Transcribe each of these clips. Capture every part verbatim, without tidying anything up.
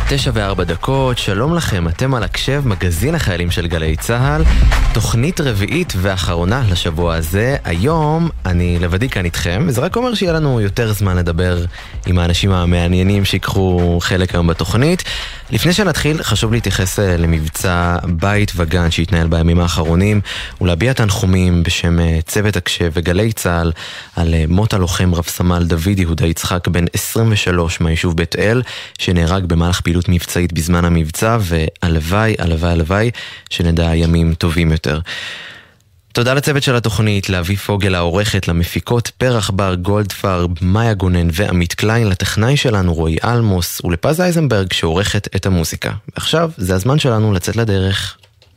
תשע וארבע דקות, שלום לכם, אתם על הקשב, מגזין החיילים של גלי צהל, תוכנית רביעית ואחרונה לשבוע הזה. היום אני לבדי כאן איתכם, וזה רק אומר שיהיה לנו יותר זמן לדבר עם האנשים המעניינים שיקחו חלק היום בתוכנית. לפני שנתחיל, חשוב להתייחס למבצע בית וגן שהתנהל בימים האחרונים, ולהביע תנחומים בשם צוות הקשב וגלי צהל על מות הלוחם רב סמל דוד יהודה יצחק בן עשרים ושלוש מהיישוב בית אל, שנהרג במהלך פעילות מבצעית בזמן המבצע, והלוואי, הלוואי, הלוואי שנדע ימים טובים יותר. תודה לצוות של התוכנית, לאבי פוגל העורכת, למפיקות פרח בר גולדפרב, מאיה גונן ועמית קליין, לטכנאי שלנו רועי אלמוס ולפז אייזנברג שעורכת את המוזיקה. ועכשיו זה הזמן שלנו לצאת לדרך.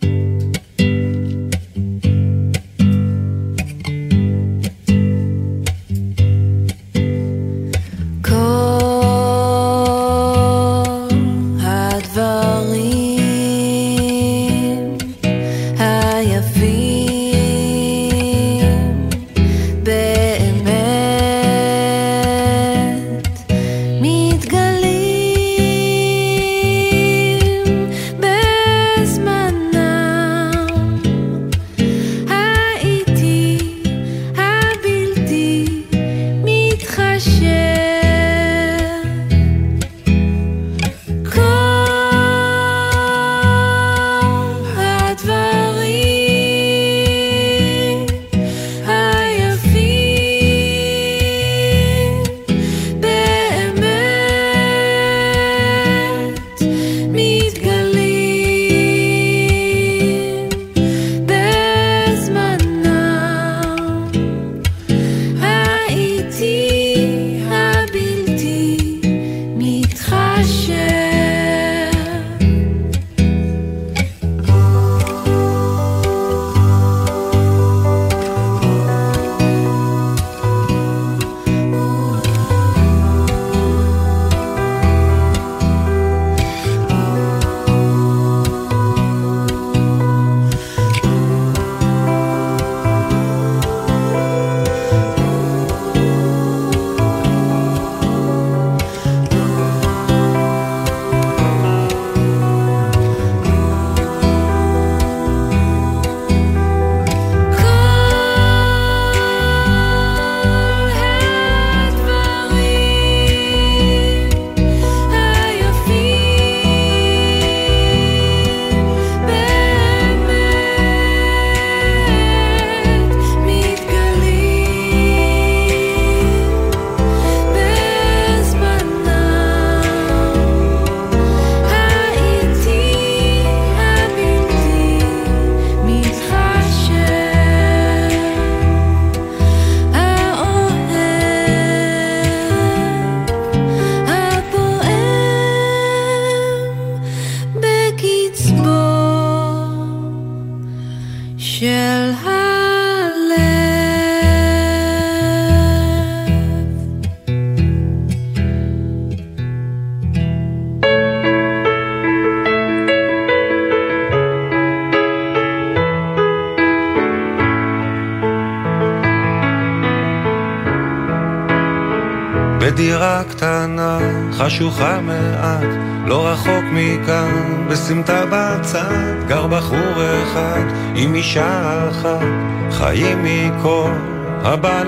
בדירה קטנה, חשוכה מעט, לא רחוק מכאן, בסמטה בצד, גר בחור אחד עם אישה אחת, חיים מכל הבא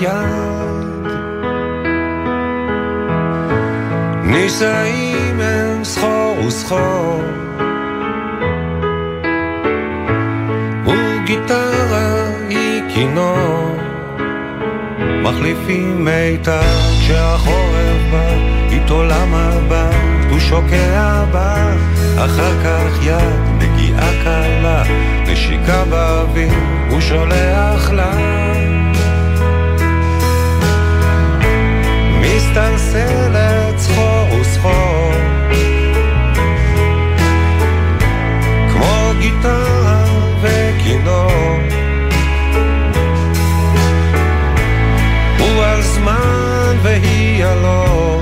ליד. נישאים הם סחור וסחור, וגיטרה היא כינור, מחליפים מיתר כשהחורף בא, איתו למה בא, הוא שוקע בה, אחר כך יד, נגיעה קלה, נשיקה באוויר, הוא שולח לה. מסתלסלת סחור וסחור, כמו גיטרה וכינור, הוא על זמן והיא עלו.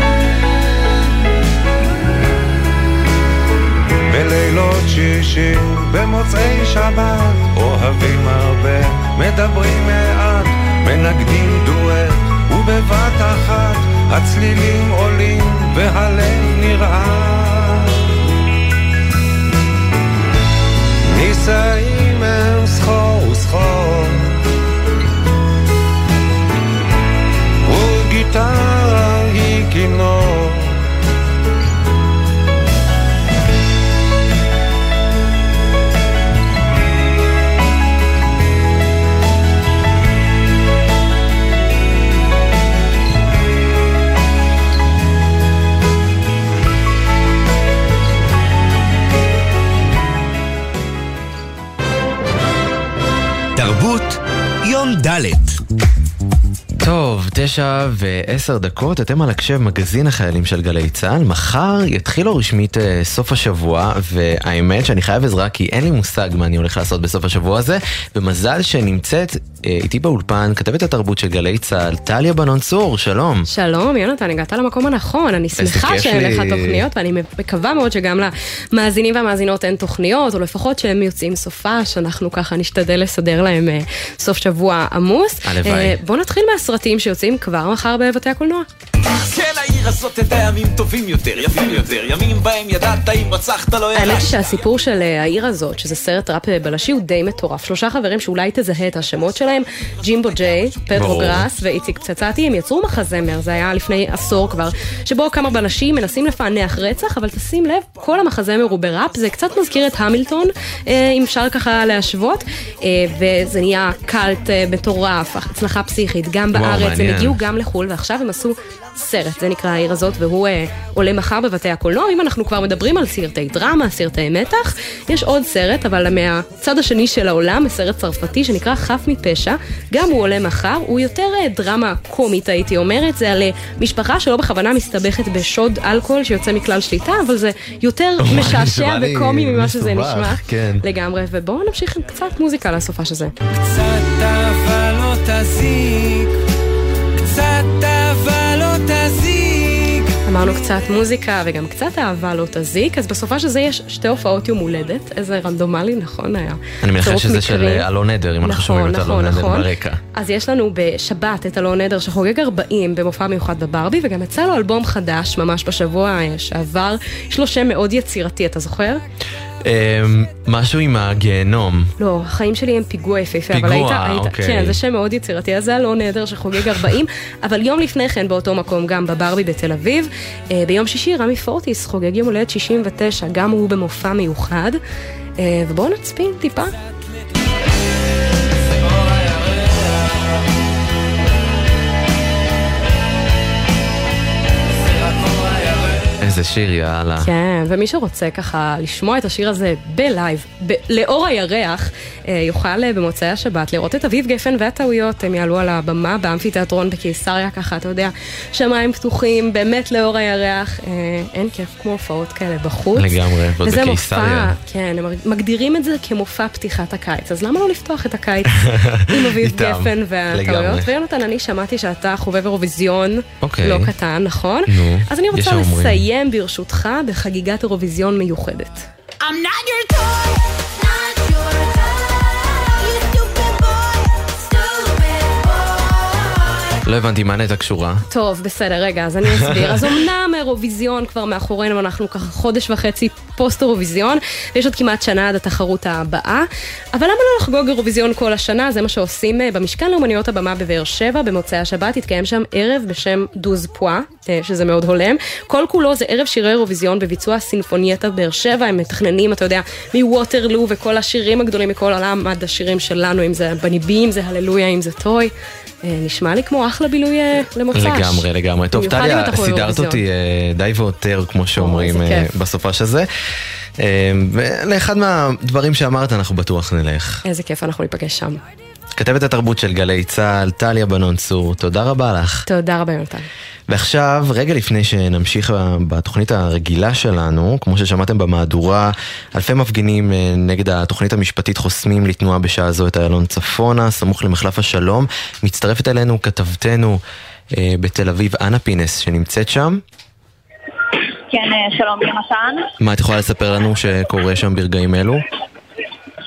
בלילות שישים במוצאי שבת, אוהבים הרבה, מדברים מעט, מנגדים דואט, ובבת אחת הצלילים עולים והלב נרעד. נישאים הם סחור וסחור, וגיטרה היא כינור. תרבות יום ד'. טוב, תשע ועשר דקות, אתם על הקשב מגזין החיילים של גלי צהל. מחר יתחילו רשמית סוף השבוע, והאמת שאני חייב עזרה כי אין לי מושג מה אני הולך לעשות בסוף השבוע הזה, ומזל שנמצאת איתי באולפן כתבת התרבות של גלי צהל, טליה בנון צור. שלום. שלום יונתן, הגעת למקום הנכון. אני שמחה שאין לך תוכניות, ואני מקווה מאוד שגם למאזינים והמאזינות אין תוכניות, או לפחות שהם יוצאים סופה, שאנחנו ככה נשתדל לסדר להם סוף שבוע עמוס. הלוואי. בוא נתחיל מהסרטים שיוצאים כבר מחר בבתי הקולנוע. כן, העיר הזאת את הימים טובים יותר, יפים יותר, ימים בהם ידעת אם רצחת לא ירשת. האמת שהסיפור של העיר הזאת, שזה סרט ראפ בלשי, הוא די מטורף. שלושה חברים שאולי תזהה את השמות שלהם, ג'ימבו ג'יי, פדרו גראס ואיציק פצצתי, הם יצרו מחזמר, זה היה לפני עשור כבר, שבו כמה בלשים מנסים לפענח רצח, אבל תשים לב, כל המחזמר הוא בראפ, זה קצת מזכיר את המילטון, אם אפשר ככה להשוות, וזה נהיה קלט מטורף, הצלחה פסיכית, גם בארץ, הם הגיעו גם לחול, ועכשיו הם עשו סרט, זה נקרא העיר הזאת, והוא אה, עולה מחר בבתי הקולנוע. אם אנחנו כבר מדברים על סרטי דרמה, סרטי מתח, יש עוד סרט, אבל מהצד השני של העולם, סרט צרפתי שנקרא חף מפשע, גם הוא עולה מחר, הוא יותר אה, דרמה קומית, הייתי אומרת, זה על אה, משפחה שלא בכוונה מסתבכת בשוד אלכוהול שיוצא מכלל שליטה, אבל זה יותר משעשע וקומי ממה שזה נשמע. כן. לגמרי, ובואו נמשיך עם קצת מוזיקה לסופה שזה. קצת אהבה לא תזיק, קצת אהבה לא תזיק. אמרנו קצת מוזיקה וגם קצת אהבה לא תזיק, אז בסופה שזה יש שתי הופעות יום הולדת, איזה רנדומלי, נכון היה. אני מניחה שזה של אלון נדר, אם אנחנו שומעים את אלון נדר ברקע. אז יש לנו בשבת את אלון נדר שחוגג ארבעים במופע מיוחד בברבי, וגם יצא לו אלבום חדש ממש בשבוע שעבר, יש לו שם מאוד יצירתי, אתה זוכר? משהו עם הגיהנום. לא, החיים שלי הם פיגוע יפהפה. פיגוע, אוקיי. כן, זה שם מאוד יצירתי, אז זה אלון נדר שחוגג ארבעים, אבל יום לפני כן באותו מקום גם בברבי בתל אביב, ביום שישי רמי פורטיס חוגג יום הולדת שישים ותשע, גם הוא במופע מיוחד, ובואו נצפין טיפה. איזה שיר, יאללה. כן, ומי שרוצה ככה לשמוע את השיר הזה בלייב, ב- לאור הירח, אה, יוכל אה, במוצאי השבת לראות את אביב גפן והטעויות, הם יעלו על הבמה באמפיתיאטרון בקיסריה, ככה, אתה יודע, שמיים פתוחים, באמת לאור הירח, אה, אין כיף כמו הופעות כאלה בחוץ. לגמרי, ועוד בקיסריה. כן, הם מגדירים את זה כמופע פתיחת הקיץ, אז למה לא לפתוח את הקיץ עם אביב גפן והטעויות? ויונתן, אני שמעתי שאתה חובב אירוויזיון, אוקיי. לא קטן, נכון? נו, אז אני רוצה לסיים ברשותך בחגיגת אירוויזיון מיוחדת. I'm not your toy, not your toy, you stupid boy, stupid boy. לא הבנתי מה נתה קשורה. טוב, בסדר, רגע, אז אני אסביר. אז אמנם אירוויזיון כבר מאחורינו, אנחנו ככה חודש וחצי פוסט אירוויזיון, ויש עוד כמעט שנה עד התחרות הבאה, אבל למה לא לחגוג אירוויזיון כל השנה? זה מה שעושים במשכן לאומניות הבמה בבאר שבע, במוצאי השבת התקיים שם ערב בשם דוז פואה, שזה מאוד הולם. כל כולו זה ערב שירי אירוויזיון בביצוע סינפונייטה באר שבע, הם מתכננים, אתה יודע, מווטרלו וכל השירים הגדולים מכל העולם, עד השירים שלנו, אם זה בניבי, אם זה הללויה, אם זה טוי. נשמע לי כמו אחלה בילוי למוצ"ש. לגמרי, לגמרי. טוב, טליה, סידרת אותי די ויותר, כמו שאומרים בסופש הזה. לאחד מהדברים שאמרת, אנחנו בטוח נלך. איזה כיף, אנחנו ניפגש שם. כתבת התרבות של גלי צהל, טליה בנון צור, תודה רבה לך. תודה רבה, יונתן. ועכשיו, רגע לפני שנמשיך בתוכנית הרגילה שלנו, כמו ששמעתם במהדורה, אלפי מפגינים נגד התוכנית המשפטית חוסמים לתנועה בשעה זו את איילון צפונה, סמוך למחלף השלום. מצטרפת אלינו כתבתנו אה, בתל אביב, אנה פינס, שנמצאת שם. כן, שלום יונתן. מה את יכולה לספר לנו שקורה שם ברגעים אלו?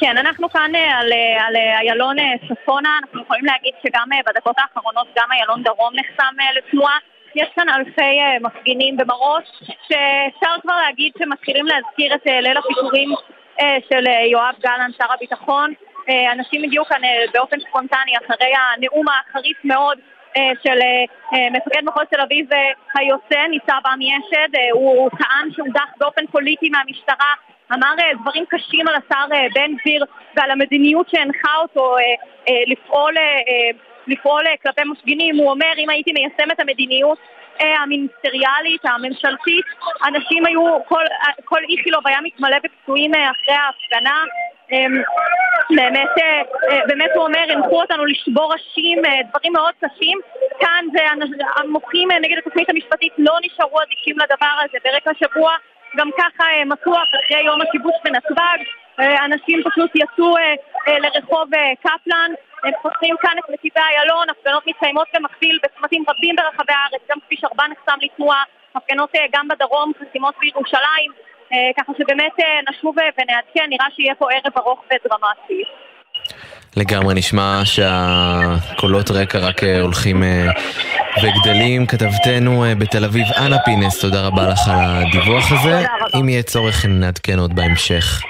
כן, אנחנו כאן על, על איילון צפונה, אנחנו יכולים להגיד שגם בדקות האחרונות גם איילון דרום נחסם לתנועה. יש כאן אלפי מפגינים במראש, שאפשר כבר להגיד שמתחילים להזכיר את ליל הפיטורים של יואב גלנט, שר הביטחון. אנשים הגיעו כאן באופן ספונטני אחרי הנאום החריף מאוד של מפקד מחוז תל אביב היוצא, ניצב עמי אשד. הוא טען שהודח באופן פוליטי מהמשטרה, אמר דברים קשים על השר בן גביר ועל המדיניות שהנחה אותו לפעול, לפעול כלפי מפגינים. הוא אומר, אם הייתי מיישם את המדיניות המיניסטריאלית, הממשלתית, אנשים היו, כל, כל איכילוב היה מתמלא בפצועים אחרי ההפגנה. באמת, באמת הוא אומר, הנחו אותנו לשבור ראשים, דברים מאוד קשים. כאן זה המוחים נגד התוכנית המשפטית לא נשארו אדישים לדבר הזה. ברקע שבוע גם ככה מתוח אחרי יום הכיבוש בנתב"ג, אנשים פשוט יצאו לרחוב קפלן, הם חוסרים כאן את נתיבי איילון, הפגנות מתקיימות במקביל בצמתים רבים ברחבי הארץ, גם כביש ארבע נחסם לתנועה, הפגנות גם בדרום, חסימות בירושלים, ככה שבאמת נשוב ונעדכן, נראה שיהיה פה ערב ארוך ודרמטי. לגמרי, נשמע שהקולות רקע רק הולכים וגדלים. כתבתנו בתל אביב אנה פינס, תודה רבה לך על הדיווח הזה. אם יהיה צורך נעדכן עוד בהמשך.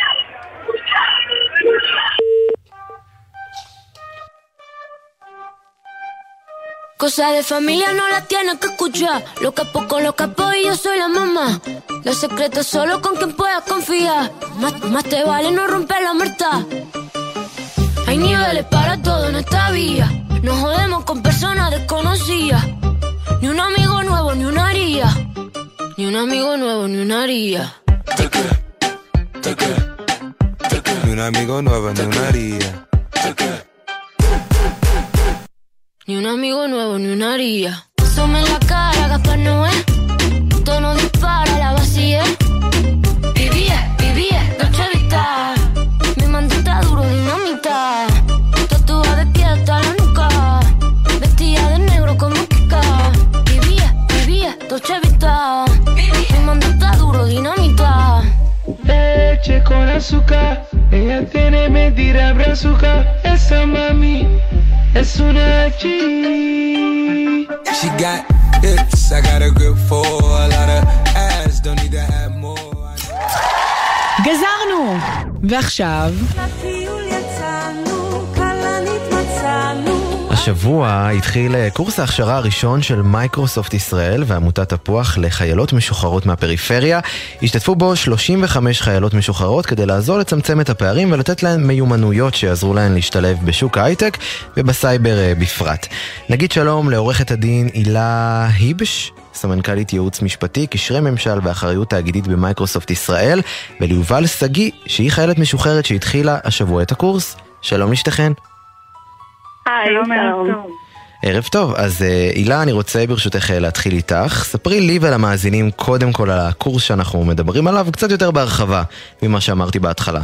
Cosa de familia no la tienes que escuchar. Lo capo con lo capo y yo soy la mamá. Los secretos solo con quien puedas confiar. Más, más te vale no romper la muerta. Hay niveles para todo en esta vía. No jodemos con personas desconocidas. Ni un amigo nuevo, ni una haría. Ni un amigo nuevo, ni una haría. Ni un amigo nuevo, ni una haría. Ni un amigo nuevo, ni una haría. Asome en la cara, Gaspar Noé. Tono dispara, la vacía. Vivía, vivía, Dolce Vita. Mi mandita duro, dinamita. Tatuada de pie hasta la nuca. Vestida de negro como Kika. Vivía, vivía, Dolce Vita. Mi mandita duro, dinamita. Leche con azúcar. Ella tiene mentira brazuca. Esa mami es una G. She got hips, I got a grip for a lot of ass, don't need to have more. גזרנו! ועכשיו לטיול יצאנו, כלנית מצאנו. השבוע התחיל קורס ההכשרה הראשון של מייקרוסופט ישראל ועמותת תפוח לחיילות משוחררות מהפריפריה. השתתפו בו שלושים וחמש חיילות משוחררות כדי לעזור לצמצם את הפערים ולתת להן מיומנויות שיעזרו להן להשתלב בשוק ההייטק ובסייבר בפרט. נגיד שלום לעורכת הדין הילה היבש, סמנכ"לית ייעוץ משפטי, קשרי ממשל ואחריות תאגידית במייקרוסופט ישראל, וליובל סגי, שהיא חיילת משוחררת שהתחילה השבוע את הקורס. שלום לשתכן. היי, שלום. ערב טוב, אז הילה, אני רוצה ברשותך להתחיל איתך. ספרי לי ולמאזינים קודם כל על הקורס שאנחנו מדברים עליו, קצת יותר בהרחבה ממה שאמרתי בהתחלה.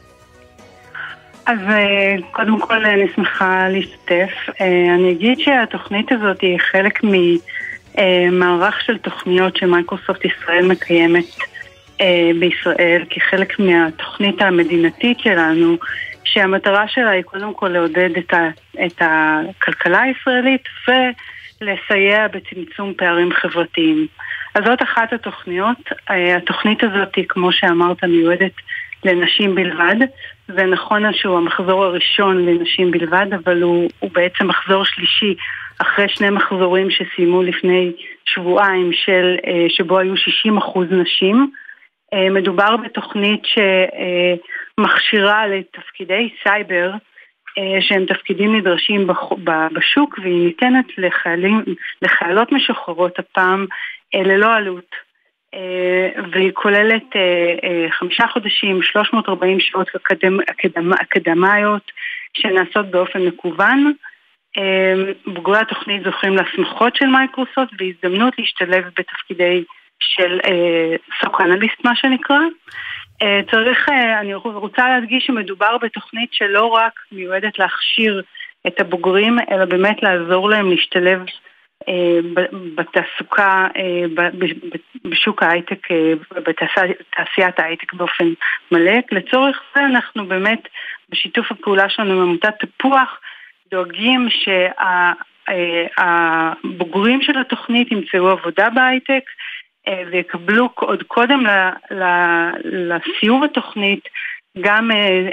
אז קודם כל אני שמחה להשתתף. אני אגיד שהתוכנית הזאת היא חלק ממערך של תוכניות שמייקרוסופט ישראל מקיימת בישראל, כחלק מהתוכנית המדינתית שלנו, שהמטרה שלה היא קודם כל לעודד את, ה, את הכלכלה הישראלית ולסייע בצמצום פערים חברתיים. אז זאת אחת התוכניות. התוכנית הזאת היא, כמו שאמרת, מיועדת לנשים בלבד. זה נכון שהוא המחזור הראשון לנשים בלבד, אבל הוא, הוא בעצם מחזור שלישי אחרי שני מחזורים שסיימו לפני שבועיים של, שבו היו שישים אחוז נשים. מדובר בתוכנית שמכשירה לתפקידי סייבר שהם תפקידים נדרשים בשוק, והיא ניתנת לחיילים, לחיילות משוחררות הפעם ללא עלות, והיא כוללת חמישה חודשים, שלוש מאות וארבעים שעות אקדמ, אקדמ, אקדמיות שנעשות באופן מקוון. בוגרי התוכנית זוכים להסמכות של מייקרוסופט והזדמנות להשתלב בתפקידי של סוק אנליסט, מה שנקרא. צריך, אני רוצה להדגיש שמדובר בתוכנית שלא רק מיועדת להכשיר את הבוגרים, אלא באמת לעזור להם להשתלב בתעסוקה, בשוק ההייטק, בתעשיית ההייטק באופן מלא. לצורך זה אנחנו באמת בשיתוף הפעולה שלנו עם עמותת תפוח דואגים שהבוגרים של התוכנית ימצאו עבודה בהייטק ויקבלו עוד קודם לסיום התוכנית גם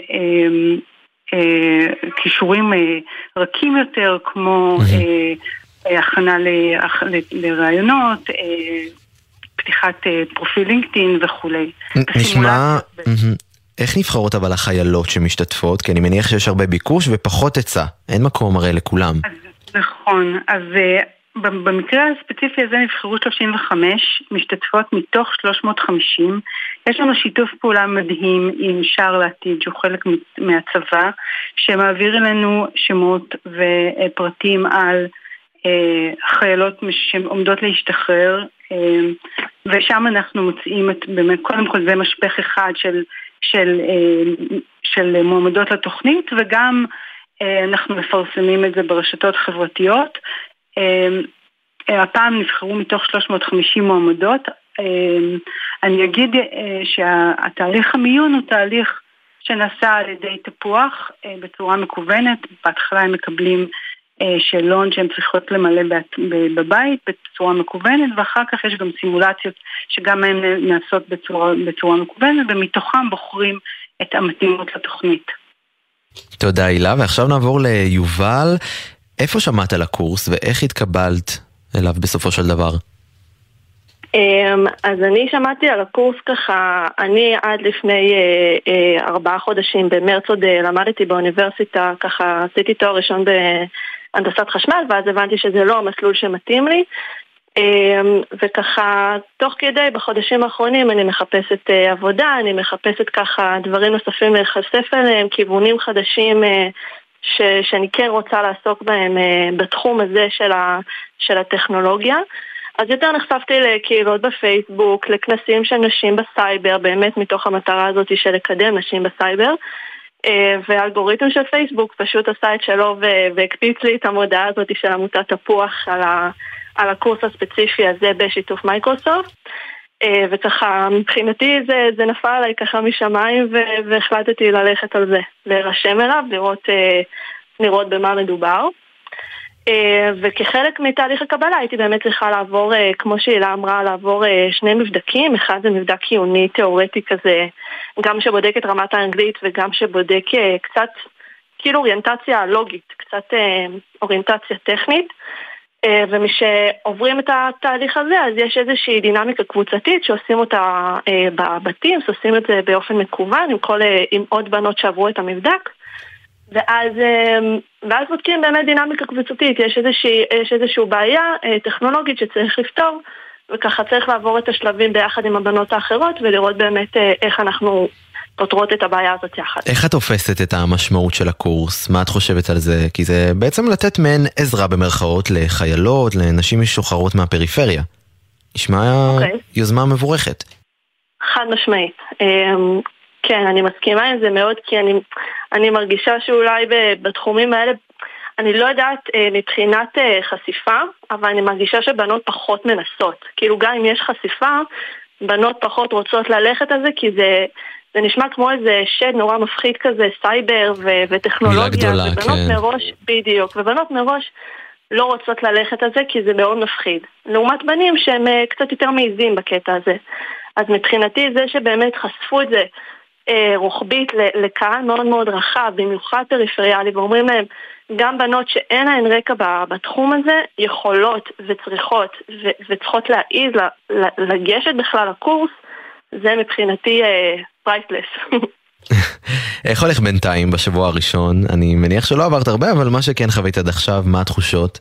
קישורים רכים יותר כמו הכנה לרעיונות, פתיחת פרופיל לינקדאין וכולי. נשמע, איך נבחרות אבל החיילות שמשתתפות? כי אני מניח שיש הרבה ביקוש ופחות היצע. אין מקום הרי לכולם. נכון, אז במקרה הספציפי הזה נבחרו שלושים וחמש משתתפות מתוך שלוש מאות וחמישים. יש לנו שיתוף פעולה מדהים עם שער לעתיד, שהוא חלק מהצבא, שמעביר אלינו שמות ופרטים על חיילות שעומדות להשתחרר, ושם אנחנו מוצאים את, באמת, קודם כל זה משפך אחד של, של, של מועמדות לתוכנית, וגם אנחנו מפרסמים את זה ברשתות חברתיות. הפעם נבחרו מתוך שלוש מאות וחמישים מועמדות. אני אגיד שהתהליך המיון הוא תהליך שנעשה על ידי תפוח בצורה מקוונת. בהתחלה הם מקבלים שאלון שהן צריכות למלא בבית בצורה מקוונת, ואחר כך יש גם סימולציות שגם הן נעשות בצורה, בצורה מקוונת, ומתוכם בוחרים את המתאימות לתוכנית. תודה הילה, ועכשיו נעבור ליובל. איפה שמעת על הקורס ואיך התקבלת אליו בסופו של דבר? אז אני שמעתי על הקורס ככה, אני עד לפני ארבעה חודשים במרץ עוד למדתי באוניברסיטה, ככה עשיתי תואר ראשון בהנדסת חשמל, ואז הבנתי שזה לא המסלול שמתאים לי, וככה תוך כדי בחודשים האחרונים אני מחפשת עבודה, אני מחפשת ככה דברים נוספים להיחשף אליהם, כיוונים חדשים ש, שאני כן רוצה לעסוק בהם בתחום הזה של, ה, של הטכנולוגיה. אז יותר נחשפתי לקהילות בפייסבוק, לכנסים של נשים בסייבר, באמת מתוך המטרה הזאת של לקדם נשים בסייבר, והאלגוריתם של פייסבוק פשוט עשה את שלו והקפיץ לי את המודעה הזאת של עמותת תפוח על, ה, על הקורס הספציפי הזה בשיתוף מייקרוסופט, וככה מבחינתי זה, זה נפל עליי ככה משמיים והחלטתי ללכת על זה, להירשם אליו, לראות, לראות במה מדובר. וכחלק מתהליך הקבלה הייתי באמת צריכה לעבור, כמו שאילה אמרה, לעבור שני מבדקים. אחד זה מבדק עיוני תיאורטי כזה, גם שבודק את רמת האנגלית וגם שבודק קצת כאילו אוריינטציה לוגית, קצת אוריינטציה טכנית. ומשעוברים את התהליך הזה אז יש איזושהי דינמיקה קבוצתית שעושים אותה בבתים, עושים את זה באופן מקוון עם, כל, עם עוד בנות שעברו את המבדק, ואז, ואז בודקים באמת דינמיקה קבוצתית. יש איזושהי, יש איזושהי בעיה טכנולוגית שצריך לפתור, וככה צריך לעבור את השלבים ביחד עם הבנות האחרות ולראות באמת איך אנחנו פותרות את הבעיה הזאת יחד. איך את תופסת את המשמעות של הקורס? מה את חושבת על זה? כי זה בעצם לתת מעין עזרה במרכאות לחיילות, לנשים משוחררות מהפריפריה. נשמע okay. יוזמה מבורכת. חד משמעית. כן, אני מסכימה עם זה מאוד, כי אני, אני מרגישה שאולי בתחומים האלה, אני לא יודעת מבחינת חשיפה, אבל אני מרגישה שבנות פחות מנסות. כאילו גם אם יש חשיפה, בנות פחות רוצות ללכת על זה, כי זה... זה נשמע כמו איזה שד נורא מפחיד כזה, סייבר ו- וטכנולוגיה. גדולה, ובנות כן. מראש, בדיוק, ובנות מראש לא רוצות ללכת על זה כי זה מאוד מפחיד. לעומת בנים שהם uh, קצת יותר מעיזים בקטע הזה. אז מבחינתי זה שבאמת חשפו את זה uh, רוחבית לקהל מאוד מאוד רחב, במיוחד פריפריאלי, ואומרים להם, גם בנות שאין להן רקע בתחום הזה, יכולות וצריכות ו- וצריכות להעיז לגשת בכלל לקורס, זה מבחינתי פרייסלס. איך הולך בינתיים בשבוע הראשון? אני מניח שלא עברת הרבה, אבל מה שכן חווית עד עכשיו, מה התחושות?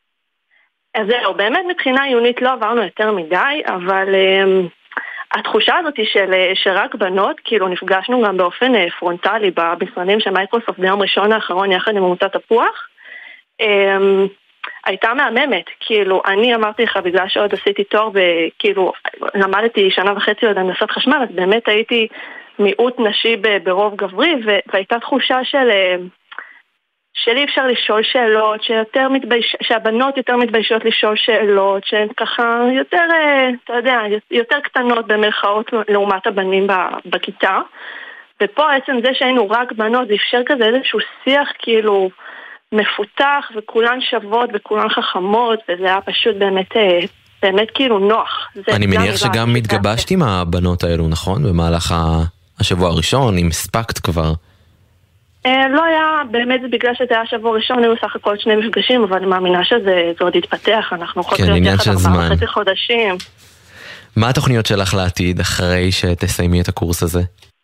אז זהו, באמת מבחינה עיונית לא עברנו יותר מדי, אבל um, התחושה הזאת היא של, שרק בנות, כאילו נפגשנו גם באופן פרונטלי במשרדים של מייקרוסופט ביום ראשון האחרון יחד עם עמותת תפוח, um, הייתה מהממת. כאילו אני אמרתי לך, בגלל שעוד עשיתי תואר וכאילו למדתי שנה וחצי עוד הנדסת חשמל, אז באמת הייתי מיעוט נשי ברוב גברי, והייתה תחושה של שלי אפשר לשאול שאלות, שיותר מתבייש... שהבנות יותר מתביישות לשאול שאלות, שהן ככה יותר, אתה יודע, יותר קטנות במרכאות לעומת הבנים בכיתה. ופה עצם זה שהיינו רק בנות, זה אפשר כזה איזשהו שיח כאילו מפותח, וכולן שוות וכולן חכמות, וזה היה פשוט באמת, באמת כאילו נוח. אני מניח שגם מתגבשת עם הבנות האלו, נכון? במהלך השבוע הראשון, אם הספקת כבר. לא היה, באמת זה בגלל שזה היה שבוע ראשון, היו סך הכל שני מפגשים, אבל אני מאמינה שזה עוד יתפתח, אנחנו יכולים להיות יחד ארבעה וחצי חודשים. מה התוכניות שלך לעתיד אחרי שתסיימי את הקורס הזה?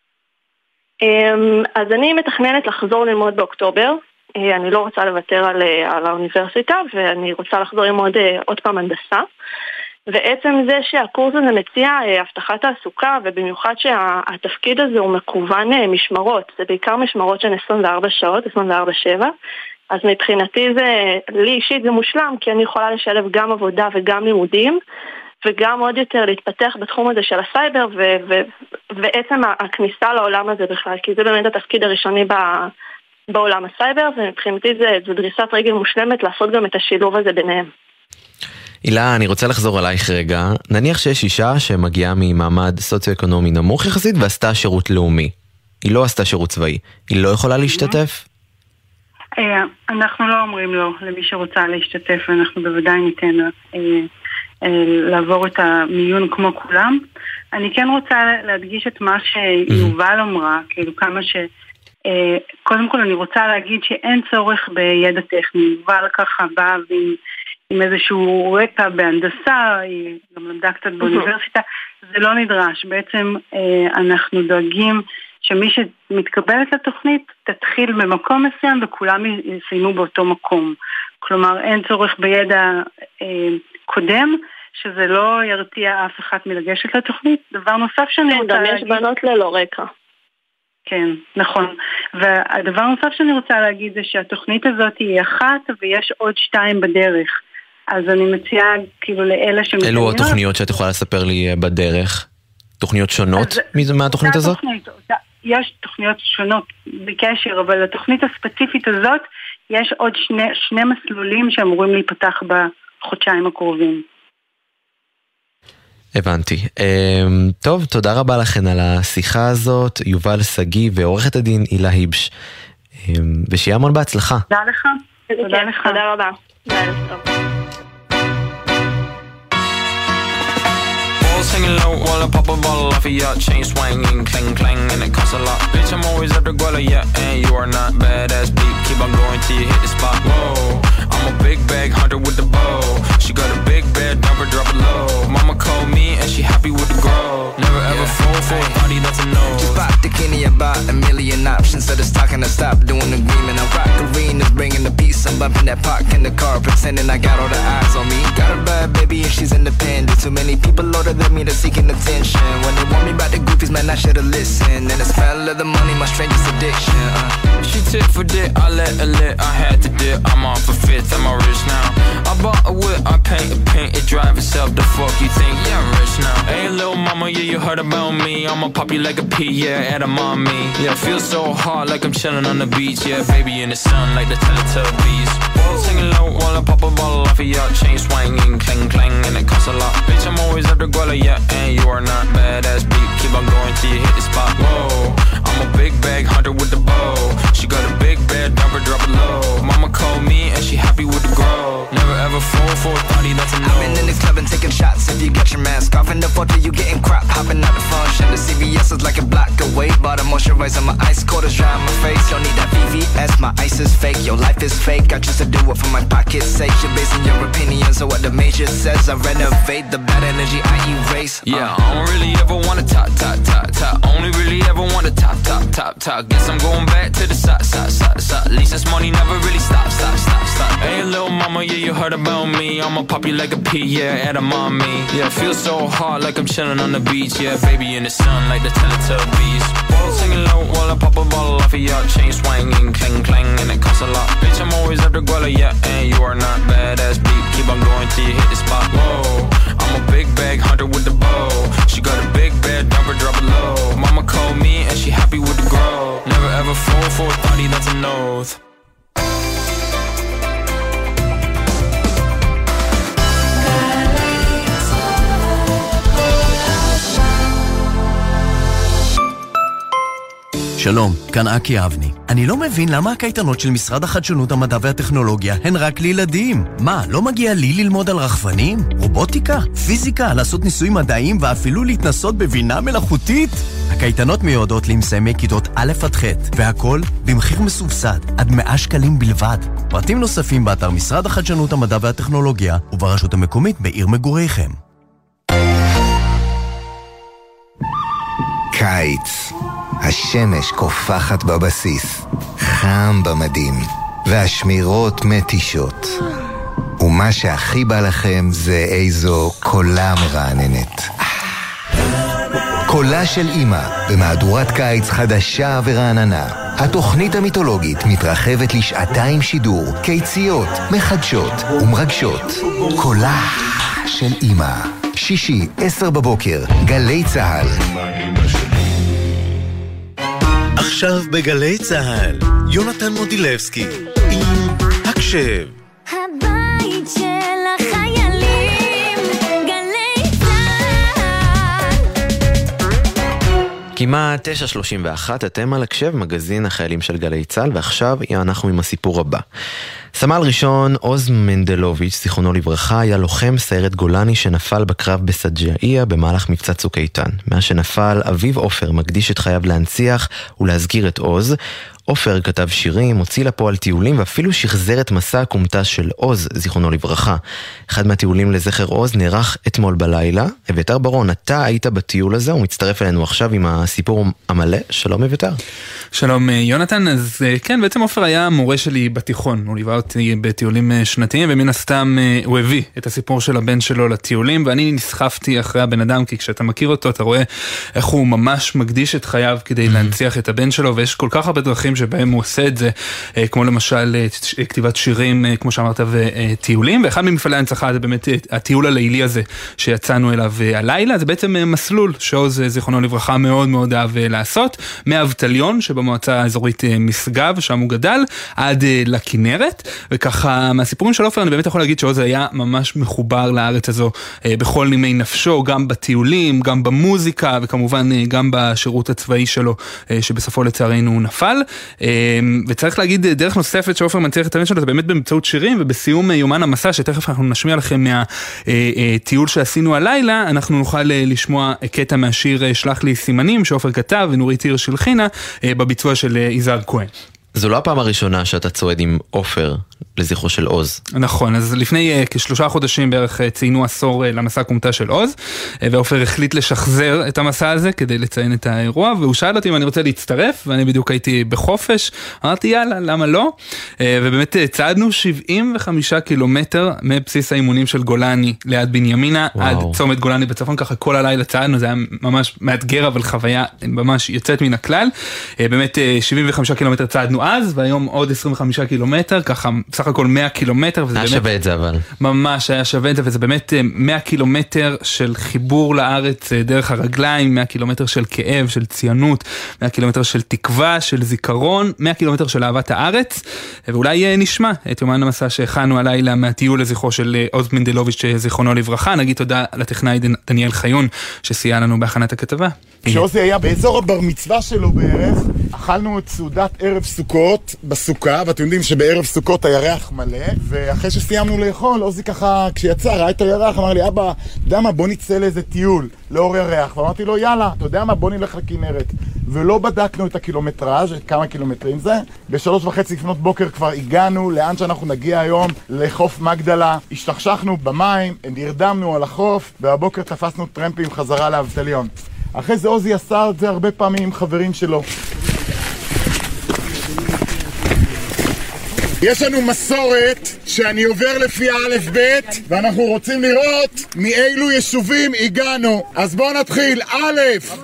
אז אני מתכננת לחזור ללמוד באוקטובר, אני לא רוצה לוותר על, על האוניברסיטה, ואני רוצה לחזור ללמוד עוד פעם הנדסה, ועצם זה שהקורס הזה מציע הבטחת תעסוקה, ובמיוחד שהתפקיד הזה הוא מקוון משמרות, זה בעיקר משמרות של עשרים וארבע שעות, עשרים וארבע שבע, אז מבחינתי זה, לי אישית זה מושלם, כי אני יכולה לשלב גם עבודה וגם לימודים, וגם עוד יותר להתפתח בתחום הזה של הסייבר, ו- ו- ועצם הכניסה לעולם הזה בכלל, כי זה באמת התפקיד הראשוני ב- בעולם הסייבר, ומבחינתי זה, זה דריסת רגל מושלמת לעשות גם את השילוב הזה ביניהם. אילה, אני רוצה לחזור עלייך רגע. נניח שיש אישה שמגיעה ממעמד סוציו-אקונומי נמוך יחסית ועשתה שירות לאומי. היא לא עשתה שירות צבאי. היא לא יכולה להשתתף? אנחנו לא אומרים לו למי שרוצה להשתתף, ואנחנו בוודאי ניתן לה לעבור את המיון כמו כולם. אני כן רוצה להדגיש את מה שיובל אמרה, כאילו כמה ש... קודם כל אני רוצה להגיד שאין צורך בידע טכני. יובל ככה בא ועם... עם איזשהו רקע בהנדסה, היא גם למדה קצת באוניברסיטה, זה לא נדרש. בעצם אנחנו דואגים שמי שמתקבלת לתוכנית תתחיל במקום מסוים וכולם יסיימו באותו מקום. כלומר, אין צורך בידע קודם, שזה לא ירתיע אף אחד מלגשת לתוכנית. דבר נוסף שאני רוצה להגיד... גם יש בנות ללא רקע. כן, נכון. והדבר נוסף שאני רוצה להגיד זה שהתוכנית הזאת היא אחת ויש עוד שתיים בדרך. אז אני מציעה כאילו לאלה שמתעניינות. אלו התוכניות שאת יכולה לספר לי בדרך? תוכניות שונות מהתוכנית הזאת? יש תוכניות שונות בקשר, אבל התוכנית הספציפית הזאת יש עוד שני, שני מסלולים שאמורים להיפתח בחודשיים הקרובים. הבנתי. טוב, תודה רבה לכן על השיחה הזאת, יובל סגי ועורכת הדין אילה היבש. ושיהיה המון בהצלחה. תודה לך. תודה לך. תודה רבה. Singing low while I pop a bottle off of your chain swinging, clang clang, and it costs a lot. Bitch, I'm always at the guala, yeah, and you are not badass beat. Keep on going till you hit the spot. Whoa, I'm a big bag hunter with the bow. She got a big bed, never drop it low. Mama called me and she happy with the grow. Never ever yeah. fall for a body that's a no. Just pop the Kenny about a million options. So just talking to stop doing the agreement. I'm rock arenas, bringing the peace. I'm bumping that park in the car, pretending I got all the eyes on me. Got a bad baby and she's independent. Too many people older than me that's seeking attention. When they want me about the goofies, man, I should've listened. And the smell of the money, my strangest addiction. uh. She tit for dick, I let her lit. I had to dip, I'm off for fifth, I'm all rich now. I bought a whip, I paint a paint, it drive itself. The fuck you think? Yeah, I'm rich now. Hey, little mama, yeah, you heard about me. I'ma pop you like a pea, yeah, at a mommy. Yeah, feel so hard like I'm chilling on the beach. Yeah, baby in the sun like the Teletubbies. Singing low while I pop a bottle off of your chain swinging, clang clang, and it costs a lot. Bitch, I'm always at the guala, yeah, and you are not badass beat. Keep on going till you hit the spot. Whoa, I'm a big bag hunter with the bow. She got a big bed, never drop it low. Mama called me and she happy with the grow. Never ever fall for a thotty, that's a no. I've been in the club and taking shots. If you got your mask off in the photo, you getting crap. Hopping out the function, the C V S is like a block away. Bought a moisturizer, my ice cold is dry on my face. Don't need that V V S, my ice is fake. Your life is fake, I choose to do it for my pocket's sake. You're basing your opinions on what the major says. I renovate the bad energy, I erase. uh. Yeah, I don't really ever wanna top, top, top, top. Only really ever wanna top, top, top, top. Guess I'm going back to the side, side, side, side. At least this money never really stop, stop, stop, stop. Hey, little mama, yeah, you heard about me. I'ma pop you like a pea, yeah, at a mommy. Yeah, feel so hard like I'm chilling on the beach. Yeah, baby in the sun like the Teletubbies. Singing low while I pop a bottle off of your chain swinging, clang clang, and it costs a lot. Bitch, I'm always at the guala, yeah, and you are not badass beat. Keep on going till you hit the spot. Whoa, I'm a big bag hunter with the bow. She got a big bed, never drop it low. Mama called me and she happy with the grow. Never ever fall for a thotty, that's a no. שלום, כאן אקי אבני. אני לא מבין למה הקייטנות של משרד החדשנות, המדע והטכנולוגיה הן רק לילדים. מה, לא מגיע לי ללמוד על רחפנים? רובוטיקה? פיזיקה? לעשות ניסויים מדעיים ואפילו להתנסות בבינה מלאכותית? הקייטנות מיועדות למסיימי כיתות א' עד ח', והכל במחיר מסובסד, עד מאה שקלים בלבד. פרטים נוספים באתר משרד החדשנות, המדע והטכנולוגיה וברשות המקומית בעיר מגוריכם. קיץ. השמש קופחת בבסיס, חם במדים, והשמירות מתישות. ומה שהכי בא לכם זה איזו קולה מרעננת. קולה של אמא, במהדורת קיץ חדשה ורעננה. התוכנית המיתולוגית מתרחבת לשעתיים שידור, קיציות, מחדשות ומרגשות. קולה של אמא. שישי, עשר בבוקר, גלי צהל. עכשיו בגלי צהל, יונתן מודילבסקי, עם הקשב. הבית של החיילים, גלי צהל. כמעט תשע שלושים ואחת, אתם על הקשב, מגזין החיילים של גלי צהל, ועכשיו אנחנו עם הסיפור הבא. סמל ראשון עוז מנדלוביץ', זיכרונו לברכה, היה לוחם סיירת גולני שנפל בקרב בסג'אעיה במהלך מבצע צוק איתן. מאז שנפל, אביו עופר מקדיש את חייו להנציח ולהזכיר את עוז. עופר כתב שירים, הוציא לפועל טיולים ואפילו שחזר את מסע הקומטס של עוז, זיכרונו לברכה. אחד מהטיולים לזכר עוז נערך אתמול בלילה. אביתר ברון, אתה היית בטיול הזה ומצטרף אלינו עכשיו עם הסיפור המלא. שלום אביתר. שלום יונתן. אז כן, בעצם עופר היה מורה שלי בתיכון. הוא ליווה אותי בטיולים שנתיים, ומן הסתם הוא הביא את הסיפור של הבן שלו לטיולים, ואני נסחפתי אחרי הבן אדם, כי כשאתה מכיר אותו אתה רואה איך הוא ממש מקדיש את חייו כדי להנציח את הבן שלו, ויש כל כך הרבה דרכים שבהם הוא עושה את זה, כמו למשל כתיבת שירים, כמו שאמרת, וטיולים, ואחד ממפעלי ההנצחה זה באמת הטיול הלילי הזה שיצאנו אליו הלילה. זה בעצם מסלול שעוז זיכרונו לברכה מאוד מאוד אהב לעשות, מאבטליון שבמועצה האזורית משגב, שם הוא גדל, עד לכנרת, וככה מהסיפורים של עופר אני באמת יכול להגיד שעוז היה ממש מחובר לארץ הזו בכל נימי נפשו, גם בטיולים, גם במוזיקה, וכמובן גם בשירות הצבאי שלו, שבסופו לצערנו הוא נפל. וצריך להגיד דרך נוספת שעופר מנציח את הבן שלו, זה באמת באמצעות שירים, ובסיום יומן המסע, שתכף אנחנו נשמיע לכם מהטיול שעשינו הלילה, אנחנו נוכל לשמוע קטע מהשיר שלח לי סימנים, שעופר כתב ונורית הירש הלחינה, בביצוע של יזהר כהן. זו לא הפעם הראשונה שאתה צועד עם עופר לזכרו של עוז. נכון, אז לפני uh, כשלושה חודשים בערך uh, ציינו עשור uh, למסע הקומטה של עוז, uh, ועופר החליט לשחזר את המסע הזה כדי לציין את האירוע, והוא שאל אותי אם אני רוצה להצטרף, ואני בדיוק הייתי בחופש, אמרתי יאללה, למה לא? Uh, ובאמת uh, צעדנו שבעים וחמישה קילומטר מבסיס האימונים של גולני ליד בנימינה, וואו. עד צומת גולני בצפון, ככה כל הלילה צעדנו, זה היה ממש מאתגר, אבל חוויה ממש יוצאת מן הכלל. Uh, באמת uh, שבעים וחמישה קילומטר צעדנו אז, והיום עוד עשרים וחמישה קילומטר, ככה בסך הכל מאה קילומטר. היה שווה את זה אבל. ממש היה שווה את זה, וזה באמת מאה קילומטר של חיבור לארץ דרך הרגליים, מאה קילומטר של כאב, של ציונות, מאה קילומטר של תקווה, של זיכרון, מאה קילומטר של אהבת הארץ, ואולי נשמע את יומן המסע שהכנו הלילה מהטיול לזכרו של עוז מנדלוביץ' זיכרונו לברכה. נגיד תודה לטכנאי דניאל חיון שסייע לנו בהכנת הכתבה. כשעוזי היה באזור הבר מצווה שלו בערך, אכלנו את סעודת ערב סוכות בסוכה, ואתם יודעים שבערב סוכות הירח מלא, ואחרי שסיימנו לאכול, עוזי ככה, כשיצא, ראה את הירח, אמר לי, אבא, אתה יודע מה, בוא נצא לאיזה טיול, לאור ירח, ואמרתי לו, יאללה, אתה יודע מה, בוא נלך לכנרת. ולא בדקנו את הקילומטראז', את כמה קילומטרים זה, בשלוש וחצי לפנות בוקר כבר הגענו לאן שאנחנו נגיע היום, לחוף מגדלה, השתכשכנו במים, נרדמנו על החוף, והבוקר תפסנו טרמפים חזרה לאבטליון. אחרי זה עוזי עשה את זה הרבה פעמים עם חברים שלו. יש לנו מסורת שאני עובר לפי א' ב' ואנחנו רוצים לראות מאילו יישובים הגענו. אז בואו נתחיל. א',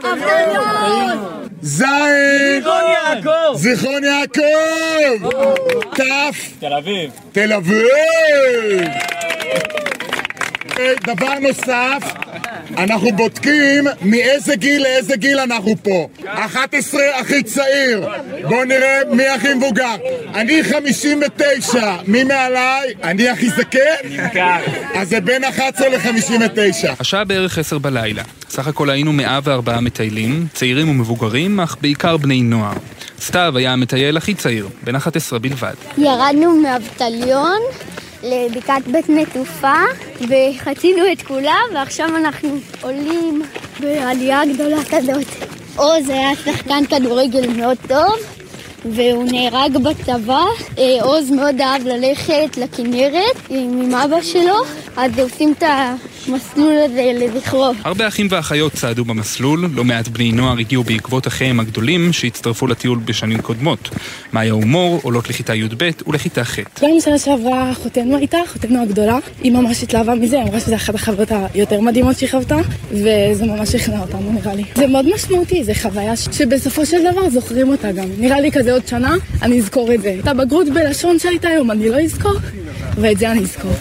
ז', זיכרון יעקב, זיכרון יעקב, ת', תל אביב, תל אביב. דבר נוסף, אנחנו בודקים מאיזה גיל לאיזה גיל אנחנו פה. אחת עשרה הכי צעיר. בואו נראה מי הכי מבוגר. אני חמישים ותשע. מי מעליי? אני הכי זקן? אז זה בין אחת עשרה ל-חמישים ותשע. השעה בערך עשר בלילה. סך הכל היינו מאה וארבעה מטיילים, צעירים ומבוגרים, אך בעיקר בני נוער. סתיו היה המטייל הכי צעיר, בן אחת עשרה בלבד. ירדנו מהבטליון לבקעת בית נטופה וחצינו את כולם, ועכשיו אנחנו עולים בעלייה גדולה כזאת. עוז היה שחקן כדורגל מאוד טוב והוא נהרג בצבא. עוז מאוד אהב ללכת לכנרת עם אבא שלו, אז עושים את המסלול הזה לזכרו. הרבה אחים ואחיות צעדו במסלול, לא מעט בני נוער הגיעו בעקבות אחיהם הגדולים שהצטרפו לטיול בשנים קודמות. מאיה הומור עולות לכיתה י' ב' ולכיתה ח'. גם שנה שעברה אחותנו הייתה, אחותנו הגדולה, היא ממש התלהבה מזה, אמרה שזה אחת החוויות היותר מדהימות שהיא חוותה, וזה ממש הכנה אותנו נראה לי. זה מאוד משמעותי, זה חוויה שבסופו של דבר זוכרים אותה גם. נראה לי כזה עוד שנה, אני אזכור את זה. את הבגרות בלשון שהייתה היום, אני לא אזכור, ואת זה אני אזכור.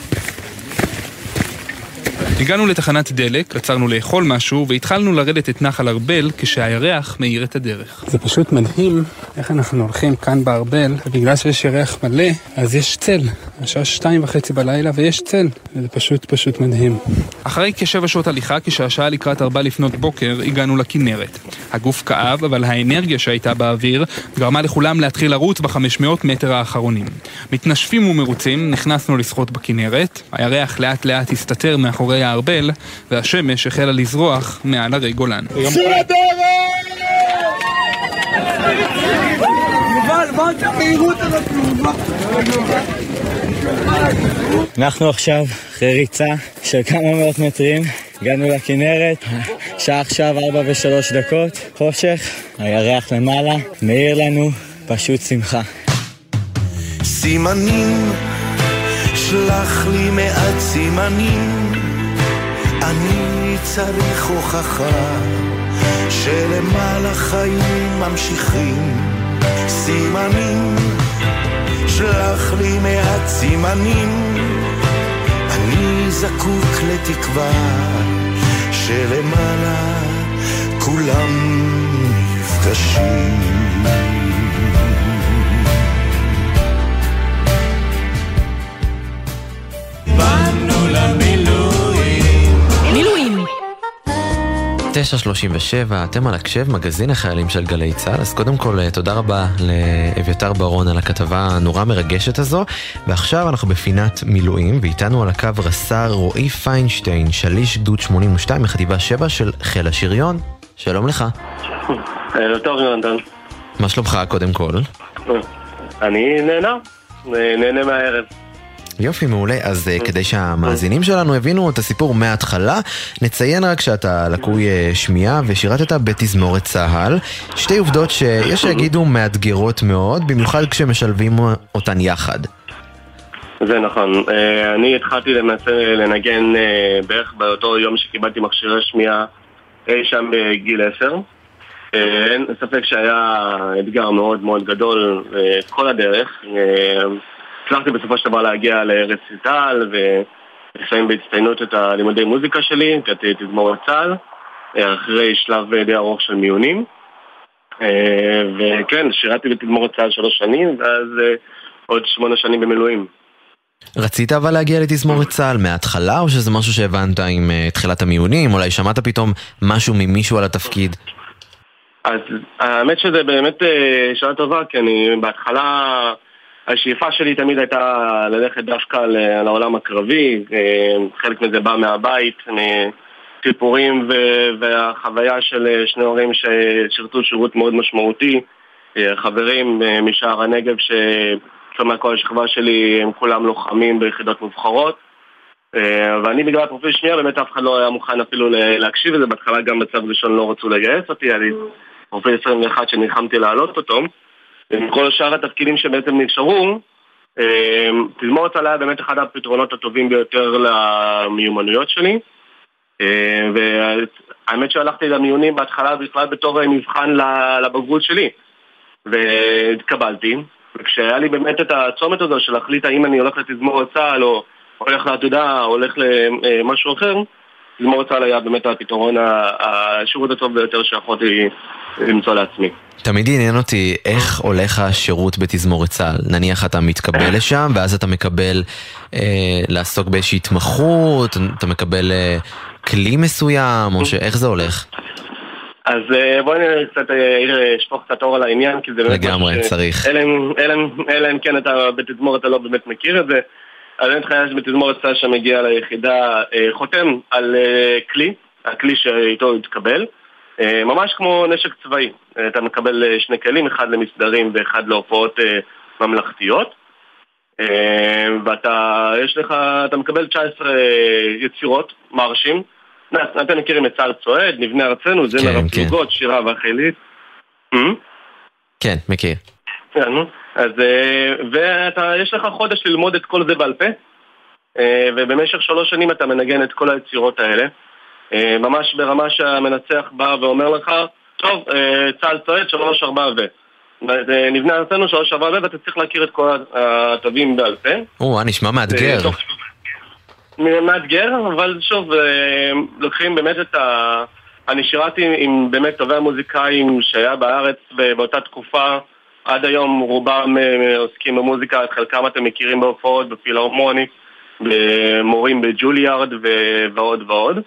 הגענו לתחנת דלק, עצרנו לאכול משהו והתחלנו לרדת את נחל ארבל כשהירח מאיר את הדרך. זה פשוט מדהים איך אנחנו הולכים כאן בארבל, ובגלל שיש ירח מלא אז יש צל. השעה שתיים וחצי בלילה ויש צל. זה פשוט פשוט מדהים. אחרי כשבע שעות הליכה, כשהשעה לקראת ארבע לפנות בוקר, הגענו לכנרת. הגוף כאב, אבל האנרגיה שהייתה באוויר גרמה לכולם להתחיל לרוץ בחמש מאות מטר האחרונים. מתנשפים ומרוצים, נכנסנו לשחות בכנרת. הירח לאט לאט הסתתר מאחורי הארבל, והשמש החלה לזרוח מעל הרי גולן. אנחנו עכשיו אחרי ריצה של כמה מאות מטרים, הגענו לכנרת, שעה עכשיו ארבע ושלוש דקות, חושך, הירח למעלה, מאיר לנו, פשוט שמחה. סימנים, שלח לי מעט סימנים, אני צריך הוכחה שלמעלה חיים ממשיכים. סימנים, שלח לי מעט סימנים, אני זקוק לתקווה שלמעלה כולם נפגשים. באנו למילואים. מילואים. תשע שלושים ושבע, אתם על הקשב, מגזין החיילים של גלי צה"ל. אז קודם כל תודה רבה לאביתר ברון על הכתבה הנורא מרגשת הזו. ועכשיו אנחנו בפינת מילואים, ואיתנו על הקו רס"ר רועי פיינשטיין, שליש גדוד שמונים ושתיים מחטיבה שבע של חיל השריון. שלום לך. טוב יונתן. מה שלומך קודם כל? אני נהנה, נהנה מהערב. יופי, מעולה. אז uh, כדי שהמאזינים שלנו הבינו את הסיפור מההתחלה, נציין רק שאתה לקוי uh, שמיעה ושירתת בתזמורת צה"ל. שתי עובדות שיש שיגידו מאתגרות מאוד, במיוחד כשמשלבים אותן יחד. זה נכון. Uh, אני התחלתי למעשה לנגן uh, בערך באותו יום שקיבלתי מכשירי שמיעה אי שם בגיל עשר. Uh, אין ספק שהיה אתגר מאוד מאוד גדול uh, כל הדרך. Uh, הצלחתי בסופו של דבר להגיע לארץ צה"ל ולסיים בהצטיינות את הלימודי מוזיקה שלי, הגעתי לתזמורת צה"ל אחרי שלב די ארוך של מיונים, וכן, שירתי בתזמורת צה"ל שלוש שנים ואז עוד שמונה שנים במילואים. רצית אבל להגיע לתזמורת צה"ל מההתחלה, או שזה משהו שהבנת עם תחילת המיונים? אולי שמעת פתאום משהו ממישהו על התפקיד? אז האמת שזה באמת שאלה טובה, כי אני בהתחלה השאיפה שלי תמיד הייתה ללכת דווקא לעולם הקרבי. חלק מזה בא מהבית, מסיפורים והחוויה של שני הורים ששירתו שירות מאוד משמעותי, חברים משער הנגב שכלומר כל השכבה שלי הם כולם לוחמים ביחידות מובחרות, ואני בגלל הפרופיל שנייה באמת אף אחד לא היה מוכן אפילו להקשיב לזה. בהתחלה גם בצו ראשון לא רצו לגייס אותי, היה לי פרופיל עשרים ואחת שנלחמתי להעלות אותו. כל שאר התפקידים שבעצם נשארו, תזמורת צה"ל היה באמת אחד הפתרונות הטובים ביותר למיומנויות שלי, והאמת שהלכתי למיונים בהתחלה בכלל בתור מבחן לבגרות שלי, והתקבלתי, וכשהיה לי באמת את הצומת הזו של להחליט האם אני הולך לתזמורת צה"ל או הולך לעתודה או הולך למשהו אחר, תזמורת צה"ל היה באמת הפתרון, השירות הטוב ביותר שיכולתי למצוא לעצמי. תמיד עניין אותי איך הולך השירות בתזמורת צה"ל. נניח אתה מתקבל לשם, ואז אתה מקבל אה, לעסוק באיזושהי התמחות, אתה מקבל אה, כלי מסוים, או שאיך זה הולך? אז בואי נראה קצת, אשפוך קצת אור על העניין, כי זה באמת לגמרי, צריך. אלא אם כן אתה בתזמורת אתה לא באמת מכיר את זה. אז באמת חייש בתזמורת צה"ל שמגיע ליחידה, חותם על כלי, הכלי שאיתו יתקבל, ממש כמו נשק צבאי. אתה מקבל שני כלים, אחד למסדרים ואחד להופעות ממלכתיות, ואתה, יש לך, אתה מקבל תשע עשרה יצירות, מרשים, אתם מכירים את צה"ל צועד, נבנה ארצנו, זמר הפלוגות, שירה והחילית. כן, מכיר. אז, ויש לך חודש ללמוד את כל זה בעל פה, ובמשך שלוש שנים אתה מנגן את כל היצירות האלה, ממש ברמה שהמנצח בא ואומר לך, טוב, צה"ל צועד, שלוש ארבע ו... נבנה ארצנו, שלוש ארבע ו, ואתה צריך להכיר את כל התווים בעל פה. או, נשמע מאתגר. מאתגר, אבל שוב, לוקחים באמת את ה... אני שירתי עם באמת טובי המוזיקאים שהיה בארץ באותה תקופה, עד היום רובם עוסקים במוזיקה, את חלקם אתם מכירים בהופעות, בפילהרמונית, במורים בג'וליארד ועוד ועוד.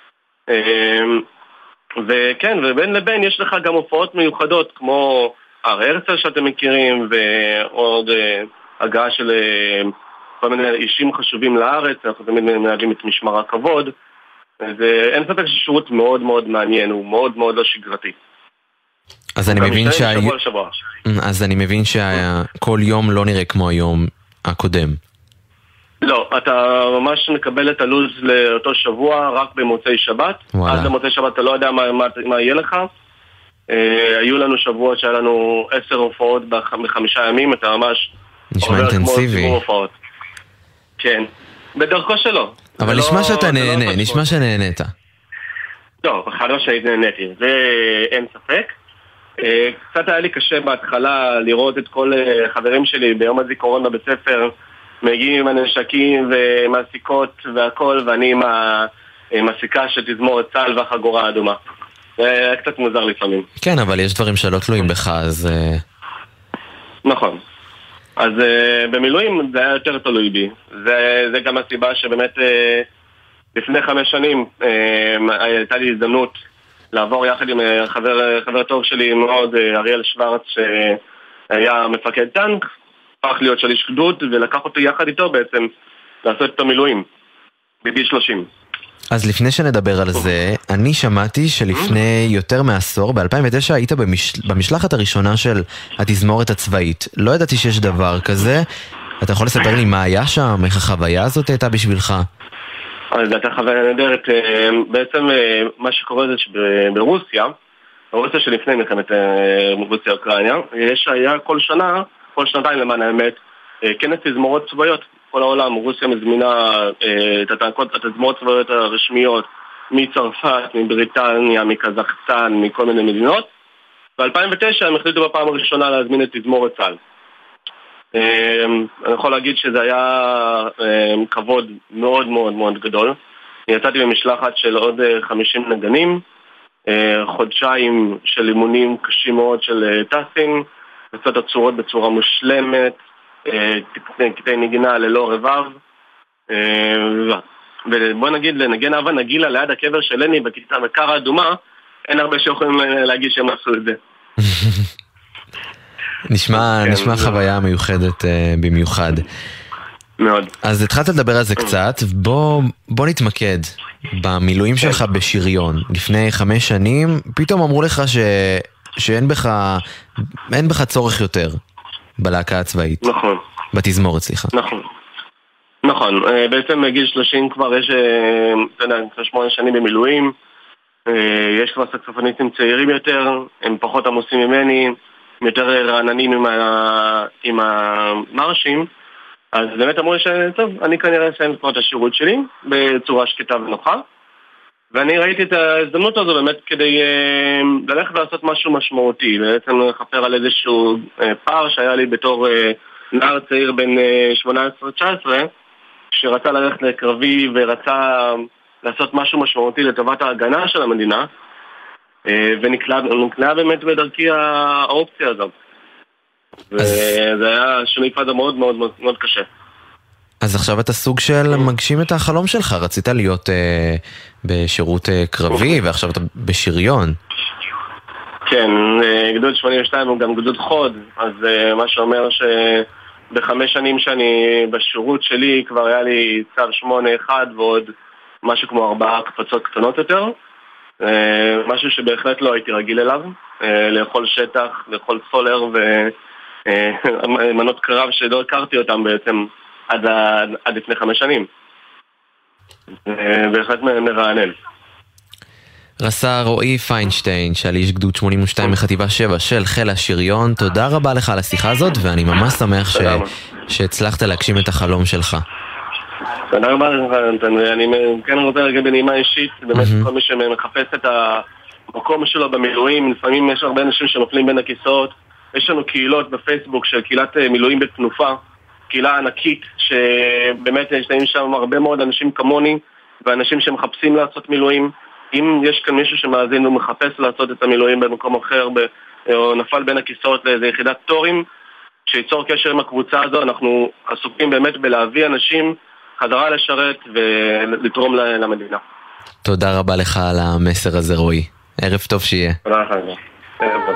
וכן, ובין לבין יש לך גם הופעות מיוחדות, כמו הר הרצל שאתם מכירים, ועוד הגעה של... כל מיני אישים חשובים לארץ, אנחנו תמיד מנהלים את משמר הכבוד, ואין ספק ששירות מאוד מאוד מעניין, הוא מאוד מאוד לא שגרתי. אז אני מבין שה... אז אני מבין שכל יום לא נראה כמו היום הקודם. לא, אתה ממש מקבל את הלוז לאותו שבוע רק במוצאי שבת. עד למוצאי שבת אתה לא יודע מה, מה, מה יהיה לך. היו לנו שבועות שהיה לנו עשר הופעות בחמישה ימים, אתה ממש... נשמע אינטנסיבי. כן, בדרכו שלו. אבל נשמע שאתה נהנה, נשמע שנהנית. לא, חד משמעית נהניתי, זה אין ספק. קצת היה לי קשה בהתחלה לראות את כל חברים שלי ביום הזיכרון בבית ספר מגיעים עם הנשקים ומעסיקות והכל, ואני עם הסיכה של תזמורת צה"ל והחגורה האדומה. זה היה קצת מוזר לפעמים. כן, אבל יש דברים שלא תלויים בך, אז... נכון. אז uh, במילואים זה היה יותר תלוי בי. זה, זה גם הסיבה שבאמת uh, לפני חמש שנים uh, הייתה לי הזדמנות לעבור יחד עם uh, חבר, חבר טוב שלי מאוד, uh, אריאל שוורץ, שהיה מפקד טנק, הפך להיות שליש גדוד, ולקח אותי יחד איתו בעצם לעשות את המילואים בגיל שלושים. אז לפני שנדבר על זה, אני שמעתי שלפני יותר מעשור, ב-אלפיים ותשע, היית במש... במשלחת הראשונה של התזמורת הצבאית. לא ידעתי שיש דבר כזה. אתה יכול לספר לי מה היה שם? איך החוויה הזאת הייתה בשבילך? אז זו הייתה חוויה נהדרת. בעצם מה שקורה זה שברוסיה, ברוסיה שלפני מלחמת רוסיה-אוקראינה, יש היה כל שנה, כל שנתיים למען האמת, כנס תזמורות צבאיות. כל העולם, רוסיה מזמינה את התזמורות הצבאיות הרשמיות מצרפת, מבריטניה, מקזחסטן, מכל מיני מדינות. ב-אלפיים ותשע הם החליטו בפעם הראשונה להזמין את תזמורת צה"ל. אני יכול להגיד שזה היה כבוד מאוד מאוד מאוד גדול. יצאתי במשלחת של עוד חמישים נגנים, חודשיים של אימונים קשים מאוד של טסים, קצת הצורות בצורה מושלמת, קטעי נגינה ללא רבב, ובוא נגיד לנגן אבא נגילה ליד הקבר של לני בכיתה בקרה אדומה, אין הרבה שיכולים להגיד שהם עשו את זה. נשמע נשמע חוויה מיוחדת במיוחד. מאוד. אז התחלת לדבר על זה קצת, בוא בוא נתמקד במילואים שלך בשריון. לפני חמש שנים פתאום אמרו לך ש שאין בך אין בך צורך יותר בלהקה הצבאית. נכון. בתזמורת, סליחה. נכון. נכון. בעצם בגיל שלושים כבר יש, אתה יודע, שמונה שנים במילואים, יש כבר סקסופוניסטים צעירים יותר, הם פחות עמוסים ממני, יותר רעננים עם, ה... עם המרשים, אז באמת אמרו לי שטוב, אני כנראה אסיים כבר את השירות שלי בצורה שקטה ונוחה, ואני ראיתי את ההזדמנות הזו באמת כדי uh, ללכת ולעשות משהו משמעותי, בעצם לחפר על איזשהו uh, פער שהיה לי בתור uh, נער צעיר בין uh, שמונה עשרה תשע עשרה, שרצה ללכת לקרבי ורצה לעשות משהו משמעותי לטובת ההגנה של המדינה, ונקלעה באמת בדרכי האופציה הזאת. וזה היה שינוי פאזה מאוד מאוד מאוד קשה. אז עכשיו אתה סוג של מגשים את החלום שלך, רצית להיות אה, בשירות אה, קרבי, ועכשיו אתה בשריון. כן, גדוד שמונים ושתיים הוא גם גדוד חוד, אז אה, מה שאומר שבחמש שנים שאני בשירות שלי כבר היה לי צו שמונה אחד ועוד משהו כמו ארבעה קפצות קטנות יותר, אה, משהו שבהחלט לא הייתי רגיל אליו, אה, לאכול שטח, לאכול סולר ומנות קרב שלא הכרתי אותם בעצם עד, עד, עד לפני חמש שנים. בהחלט מרענן. רס"ר רועי פיינשטיין, שליש גדוד שמונים ושתיים מחטיבה שבע של חיל השריון, תודה רבה לך על השיחה הזאת, ואני ממש שמח ש... שהצלחת להגשים את החלום שלך. תודה רבה לך, אני כן רוצה להגיד בנעימה אישית, באמת כל מי שמחפש את המקום שלו במילואים, לפעמים יש הרבה אנשים שנופלים בין הכיסאות, יש לנו קהילות בפייסבוק של קהילת מילואים בתנופה, קהילה ענקית שבאמת יש שם הרבה מאוד אנשים כמוני ואנשים שמחפשים לעשות מילואים. אם יש כאן מישהו שמאזין ומחפש לעשות את המילואים במקום אחר או נפל בין הכיסאות לאיזו יחידת תורים, שיצור קשר עם הקבוצה הזו. אנחנו עסוקים באמת בלהביא אנשים חזרה לשרת ולתרום למדינה. תודה רבה לך על המסר הזה רועי, ערב טוב שיהיה. תודה לך, ערב טוב.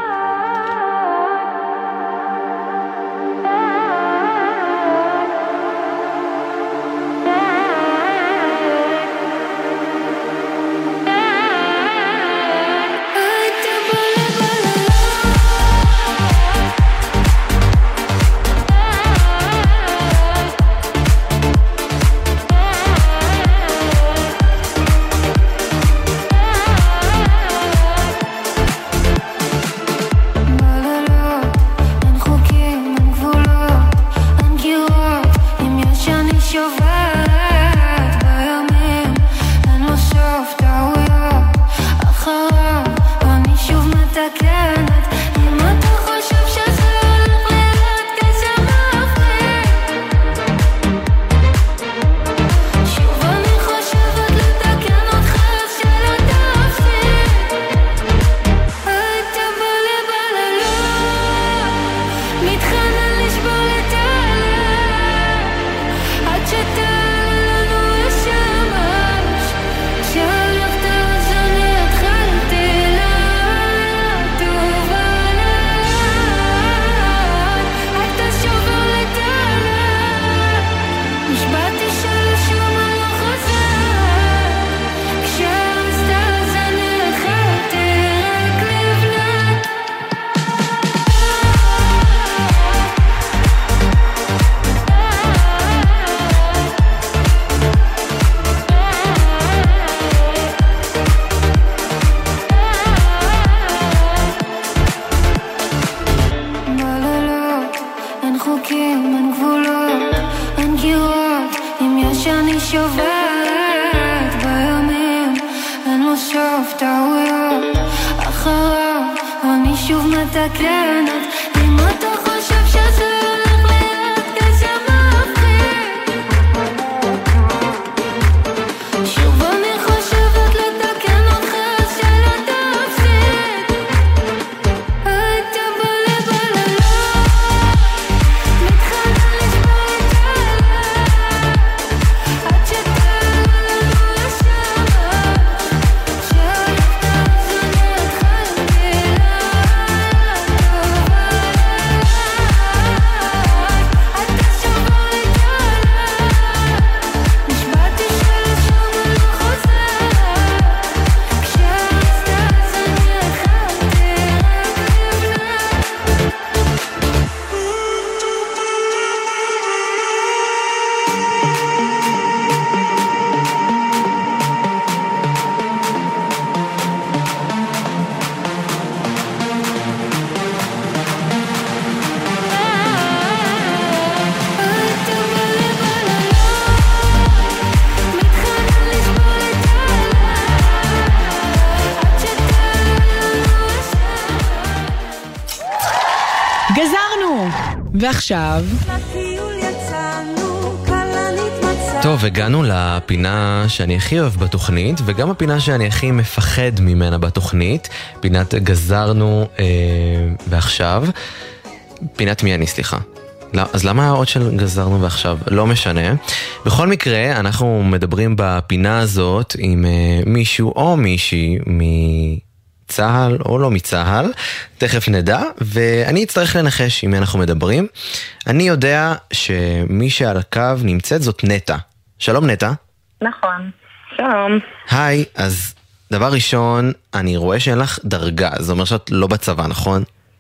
ועכשיו טוב, הגענו לפינה שאני הכי אוהב בתוכנית, וגם הפינה שאני הכי מפחד ממנה בתוכנית, פינת גזרנו אה, ועכשיו. פינת מי אני, סליחה. אז למה העוד של גזרנו ועכשיו? לא משנה. בכל מקרה, אנחנו מדברים בפינה הזאת עם אה, מישהו או מישהי מצהל או לא מצהל, תכף נדע, ואני אצטרך לנחש עם מי אנחנו מדברים. אני יודע שמי שעל הקו נמצאת זאת נטע. שלום נטע. נכון, שלום. היי, אז דבר ראשון, אני רואה שאין לך דרגה, זה אומר שאת לא בצבא, נכון?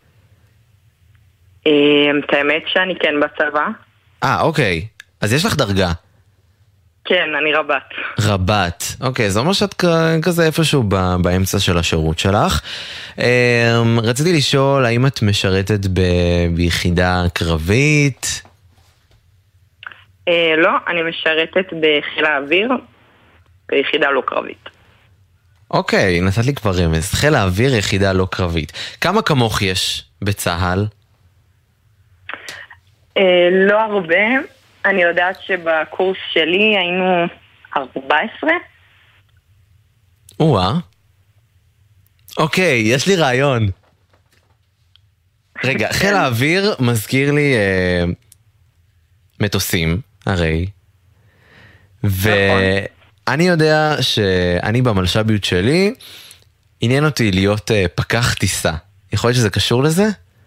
את האמת שאני כן בצבא. אה, אוקיי, אז יש לך דרגה. כן, אני רבת. רבת, אוקיי, זה אומר שאת כזה איפשהו באמצע של השירות שלך. רציתי לשאול, האם את משרתת ביחידה קרבית? לא, אני משרתת בחיל האוויר, ביחידה לא קרבית. אוקיי, נתת לי כבר רמז. חיל האוויר, יחידה לא קרבית. כמה כמוך יש בצהל? לא הרבה. אני יודעת שבקורס שלי היינו ארבע עשרה. וואה. אוקיי, יש לי רעיון. רגע, חיל האוויר מזכיר לי אה, מטוסים, הרי. ואני יודע שאני במלשביות שלי, עניין אותי להיות אה, פקח טיסה. יכול להיות שזה קשור לזה?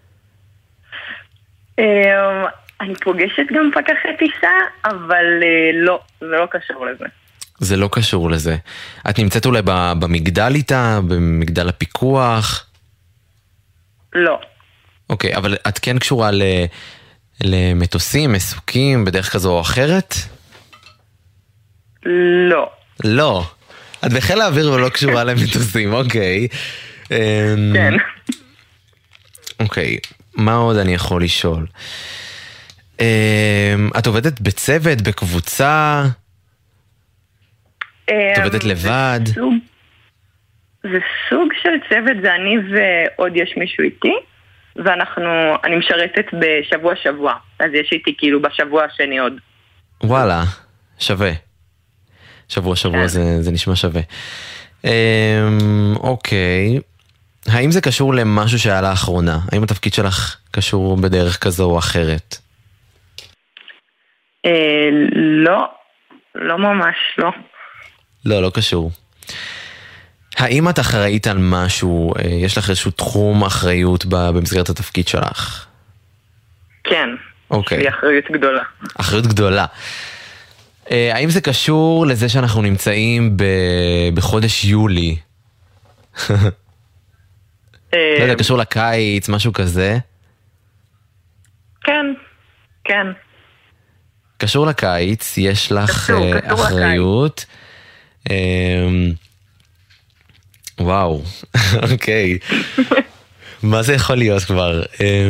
אני פוגשת גם פקחי טיסה, אבל לא, זה לא קשור לזה. זה לא קשור לזה. את נמצאת אולי במגדל איתה, במגדל הפיקוח? לא. אוקיי, אבל את כן קשורה ל... למטוסים, מסוקים, בדרך כזו או אחרת? לא. לא. את בחיל האוויר ולא קשורה למטוסים, אוקיי. כן. אוקיי, מה עוד אני יכול לשאול? את עובדת בצוות, בקבוצה? את עובדת לבד? זה סוג של צוות, זה אני ועוד יש מישהו איתי, ואנחנו, אני משרתת בשבוע שבוע, אז יש איתי כאילו בשבוע השני עוד. וואלה, שווה. שבוע שבוע זה, זה נשמע שווה. אוקיי, האם זה קשור למשהו שהיה לאחרונה? האם התפקיד שלך קשור בדרך כזו או אחרת? לא, לא ממש, לא. לא, לא קשור. האם את אחראית על משהו, יש לך איזשהו תחום אחריות במסגרת התפקיד שלך? כן, אוקיי. יש לי אחריות גדולה. אחריות גדולה. האם זה קשור לזה שאנחנו נמצאים בחודש יולי? לא יודע, קשור לקיץ, משהו כזה? כן, כן. קשור לקיץ, יש לך אחריות. וואו, אוקיי. מה זה יכול להיות כבר?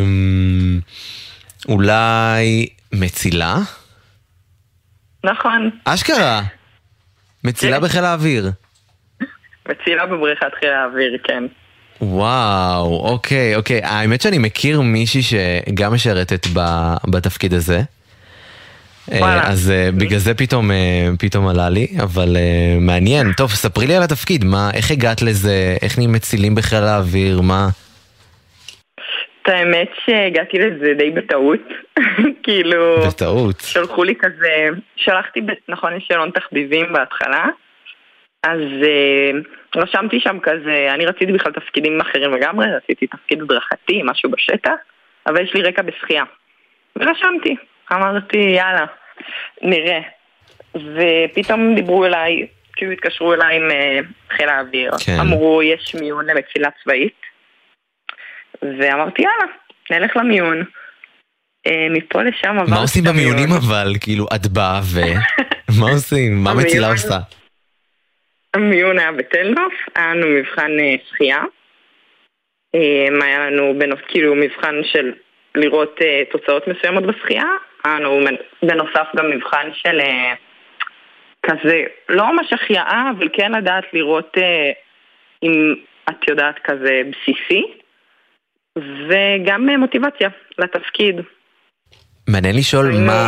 אולי מצילה? נכון. אשכרה. מצילה בחיל האוויר. מצילה בבריכת חיל האוויר, כן. וואו, אוקיי, אוקיי. האמת שאני מכיר מישהי שגם משרתת בתפקיד הזה. אז בגלל זה פתאום, פתאום עלה לי, אבל מעניין. טוב, ספרי לי על התפקיד, מה, איך הגעת לזה, איך נהיים מצילים בחיל האוויר, מה? את האמת שהגעתי לזה די בטעות, כאילו... בטעות. שלחו לי כזה, שלחתי, נכון, יש שאלון תחביבים בהתחלה, אז רשמתי שם כזה, אני רציתי בכלל תפקידים אחרים לגמרי, רציתי תפקיד הדרכתי, משהו בשטח, אבל יש לי רקע בשחייה. ורשמתי. אמרתי, יאללה, נראה. ופתאום דיברו אליי, כאילו התקשרו אליי עם חיל האוויר. כן. אמרו, יש מיון למצילה צבאית. ואמרתי, יאללה, נלך למיון. מפה לשם עברתי. מה עושים במיונים אבל? כאילו, את באה ו... מה עושים? מה מצילה עושה? המיון היה בתל-נוף, היה לנו מבחן שחייה. היה לנו בנוף, כאילו מבחן של לראות תוצאות מסוימות בשחייה. היה לנו בנוסף גם מבחן של כזה, לא ממש החייאה, אבל כן לדעת לראות אם את יודעת כזה בסיסי, וגם מוטיבציה לתפקיד. מעניין לשאול מה...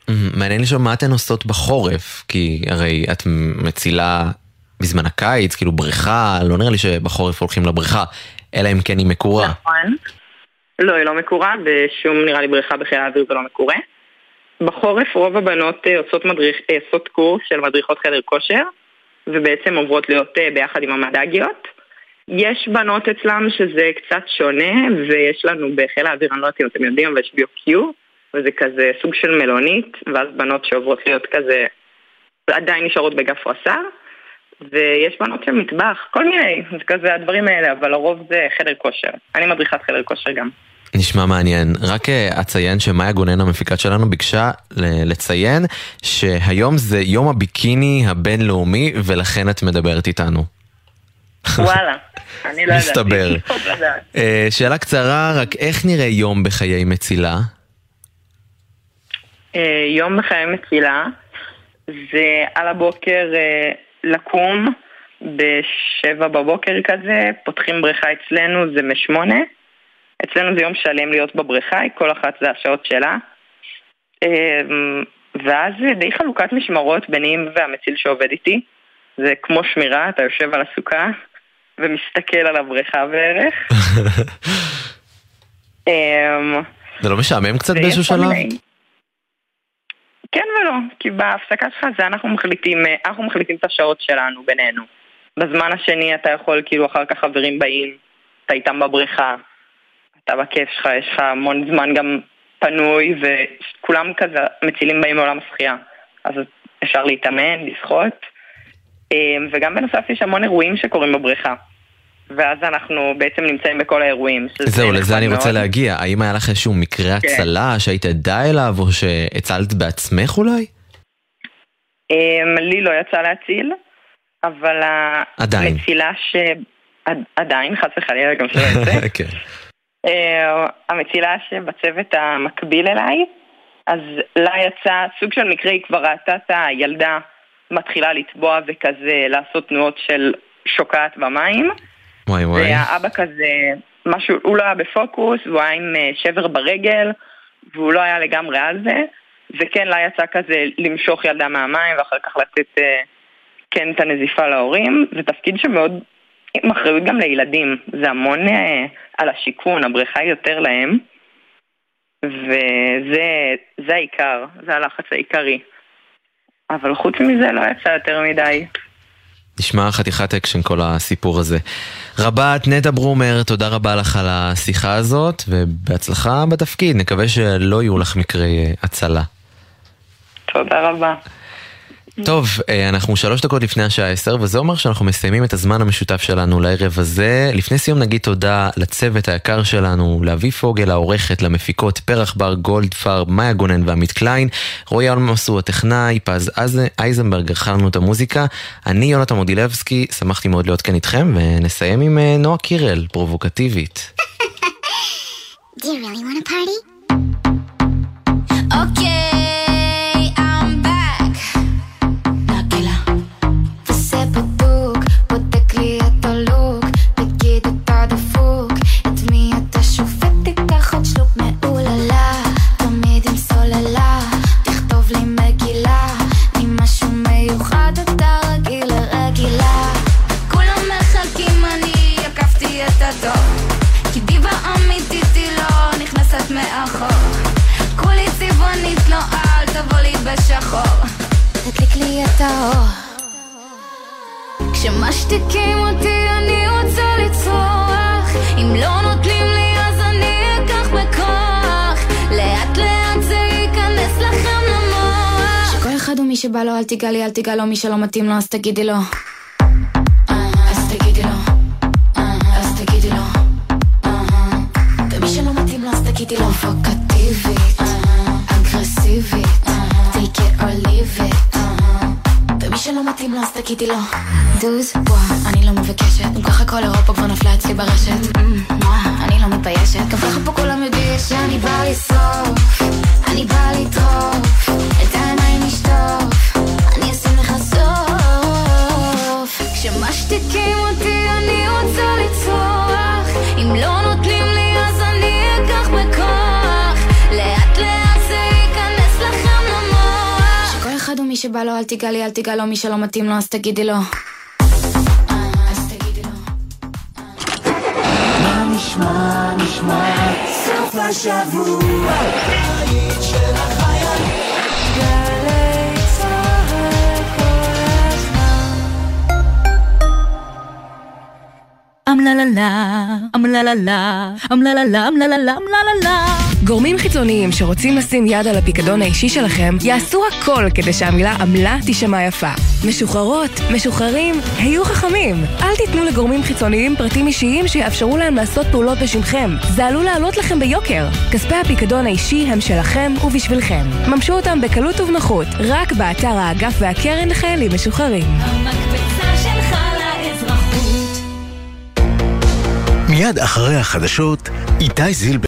מעניין לשאול מה אתן עושות בחורף, כי הרי את מצילה בזמן הקיץ, כאילו בריכה, לא נראה לי שבחורף הולכים לבריכה, אלא אם כן היא מקורה. נכון. לא, היא לא מקורה, ושום נראה לי בריכה בחיל האוויר ולא מקורה. בחורף רוב הבנות עושות, מדריך, עושות קורס של מדריכות חדר כושר, ובעצם עוברות להיות ביחד עם המדאגיות. יש בנות אצלם שזה קצת שונה, ויש לנו בחיל האוויר, אני לא יודעת אם אתם יודעים, אבל יש ביו-קיו, וזה כזה סוג של מלונית, ואז בנות שעוברות להיות כזה, עדיין נשארות בגף רס"ר, ויש בנות של מטבח, כל מיני, זה כזה הדברים האלה, אבל הרוב זה חדר כושר. אני מדריכת חדר כושר גם. נשמע מעניין. רק אציין שמאיה גונן המפיקת שלנו ביקשה לציין שהיום זה יום הביקיני הבינלאומי, ולכן את מדברת איתנו. וואלה, אני לא יודעת. מסתבר. שאלה קצרה, רק איך נראה יום בחיי מצילה? יום בחיי מצילה זה על הבוקר לקום בשבע בבוקר כזה, פותחים בריכה אצלנו, זה משמונה. אצלנו זה יום שלם להיות בבריכה, כל אחת זה השעות שלה. ואז זה די חלוקת משמרות בינים והמציל שעובד איתי. זה כמו שמירה, אתה יושב על הסוכה ומסתכל על הבריכה בערך. זה לא משעמם קצת באיזשהו שלב? כן ולא, כי בהפסקה שלך זה אנחנו מחליטים, אנחנו מחליטים את השעות שלנו בינינו. בזמן השני אתה יכול, כאילו אחר כך חברים באים, אתה איתם בבריכה, אתה בכיף שלך, יש לך המון זמן גם פנוי, וכולם כזה מצילים באים מעולם השחייה. אז אפשר להתאמן, לשחות, וגם בנוסף יש המון אירועים שקורים בבריכה. ואז אנחנו בעצם נמצאים בכל האירועים. זהו, לזה אני רוצה להגיע. האם היה לך איזשהו מקרה הצלה שהיית עדה אליו, או שהצלת בעצמך אולי? לי לא יצא להציל, אבל המצילה ש... עדיין, חס וחלילה, גם שלא יצא. כן. המצילה שבצוות המקביל אליי, אז לה יצא סוג של מקרה, היא כבר ראתה את הילדה מתחילה לטבוע וכזה לעשות תנועות של שוקעת במים. וואי וואי. והאבא כזה, משהו, הוא לא היה בפוקוס, הוא היה עם שבר ברגל, והוא לא היה לגמרי על זה, וכן לה יצא כזה למשוך ילדה מהמים, ואחר כך לתת כן את הנזיפה להורים. זה תפקיד שמאוד מחריות גם לילדים, זה המון על השיקון, הבריכה יותר להם, וזה זה העיקר, זה הלחץ העיקרי. אבל חוץ מזה לא יצא יותר מדי. נשמע חתיכת אקשן כל הסיפור הזה. רבת נטע ברומר, תודה רבה לך על השיחה הזאת, ובהצלחה בתפקיד. נקווה שלא יהיו לך מקרי הצלה. תודה רבה. טוב, אנחנו שלוש דקות לפני השעה עשר, וזה אומר שאנחנו מסיימים את הזמן המשותף שלנו לערב הזה. לפני סיום נגיד תודה לצוות היקר שלנו, לאבי פוגל, העורכת, למפיקות פרח בר, גולדפר, מאיה גונן ועמית קליין, רועי אלמסו הטכנאי, פז אייזנברג ערכה לנו את המוזיקה. אני יונתן מודילבסקי, שמחתי מאוד להיות כאן איתכם, ונסיים עם נועה קירל, פרובוקטיבית. Do you really want a party? Okay. תדליק לי את האור כשמשתיקים אותי אני רוצה לצרוח אם לא נותנים לי אז אני אקח בכוח לאט לאט זה ייכנס לכם למוח שכל אחד הוא מי שבא לו אל תיגע לי אל תיגע לו מי שלא מתאים לו אז תגידי לו אז תגידי לו אז תגידי לו ומי שלא מתאים לו אז תגידי לו פרובוקטיבית אגרסיבית take it or leave it ומי שלא מתאים לו אז תגידי לו דוז בוא אני לא מבקשת גם ככה כל אירופה כבר נפלה אצלי ברשת אני לא מתביישת גם ככה פה כולם יודעים שאני בא לסוף אני בא לטרוף את העיניים לשטוף אני אשים לך סוף כשמשתיקים אותי אני רוצה לצרוח אם לא נותנים לי אז אני אקח בכוח לאט לאט זה ייכנס לכם למוח שבא לו אל תיגע לי, אל תיגע לו, מי שלא מתאים לו אז תגידי לו. נשמע, נשמע, סוף השבוע, היית של החיילים. גלי צהל כל הזמן. אמלללה, אמלללה, אמלללה, אמלללה, אמלללה. גורמים חיצוניים שרוצים לשים יד על הפיקדון האישי שלכם יעשו הכל כדי שהמילה עמלה תישמע יפה. משוחררות, משוחררים, היו חכמים. אל תיתנו לגורמים חיצוניים פרטים אישיים שיאפשרו להם לעשות פעולות בשמכם. זה עלול לעלות לכם ביוקר. כספי הפיקדון האישי הם שלכם ובשבילכם. ממשו אותם בקלות ובנוחות, רק באתר האגף והקרן לחיילים משוחררים. המקבצה שלך לאזרחות. מיד אחרי החדשות, איתי זילבר.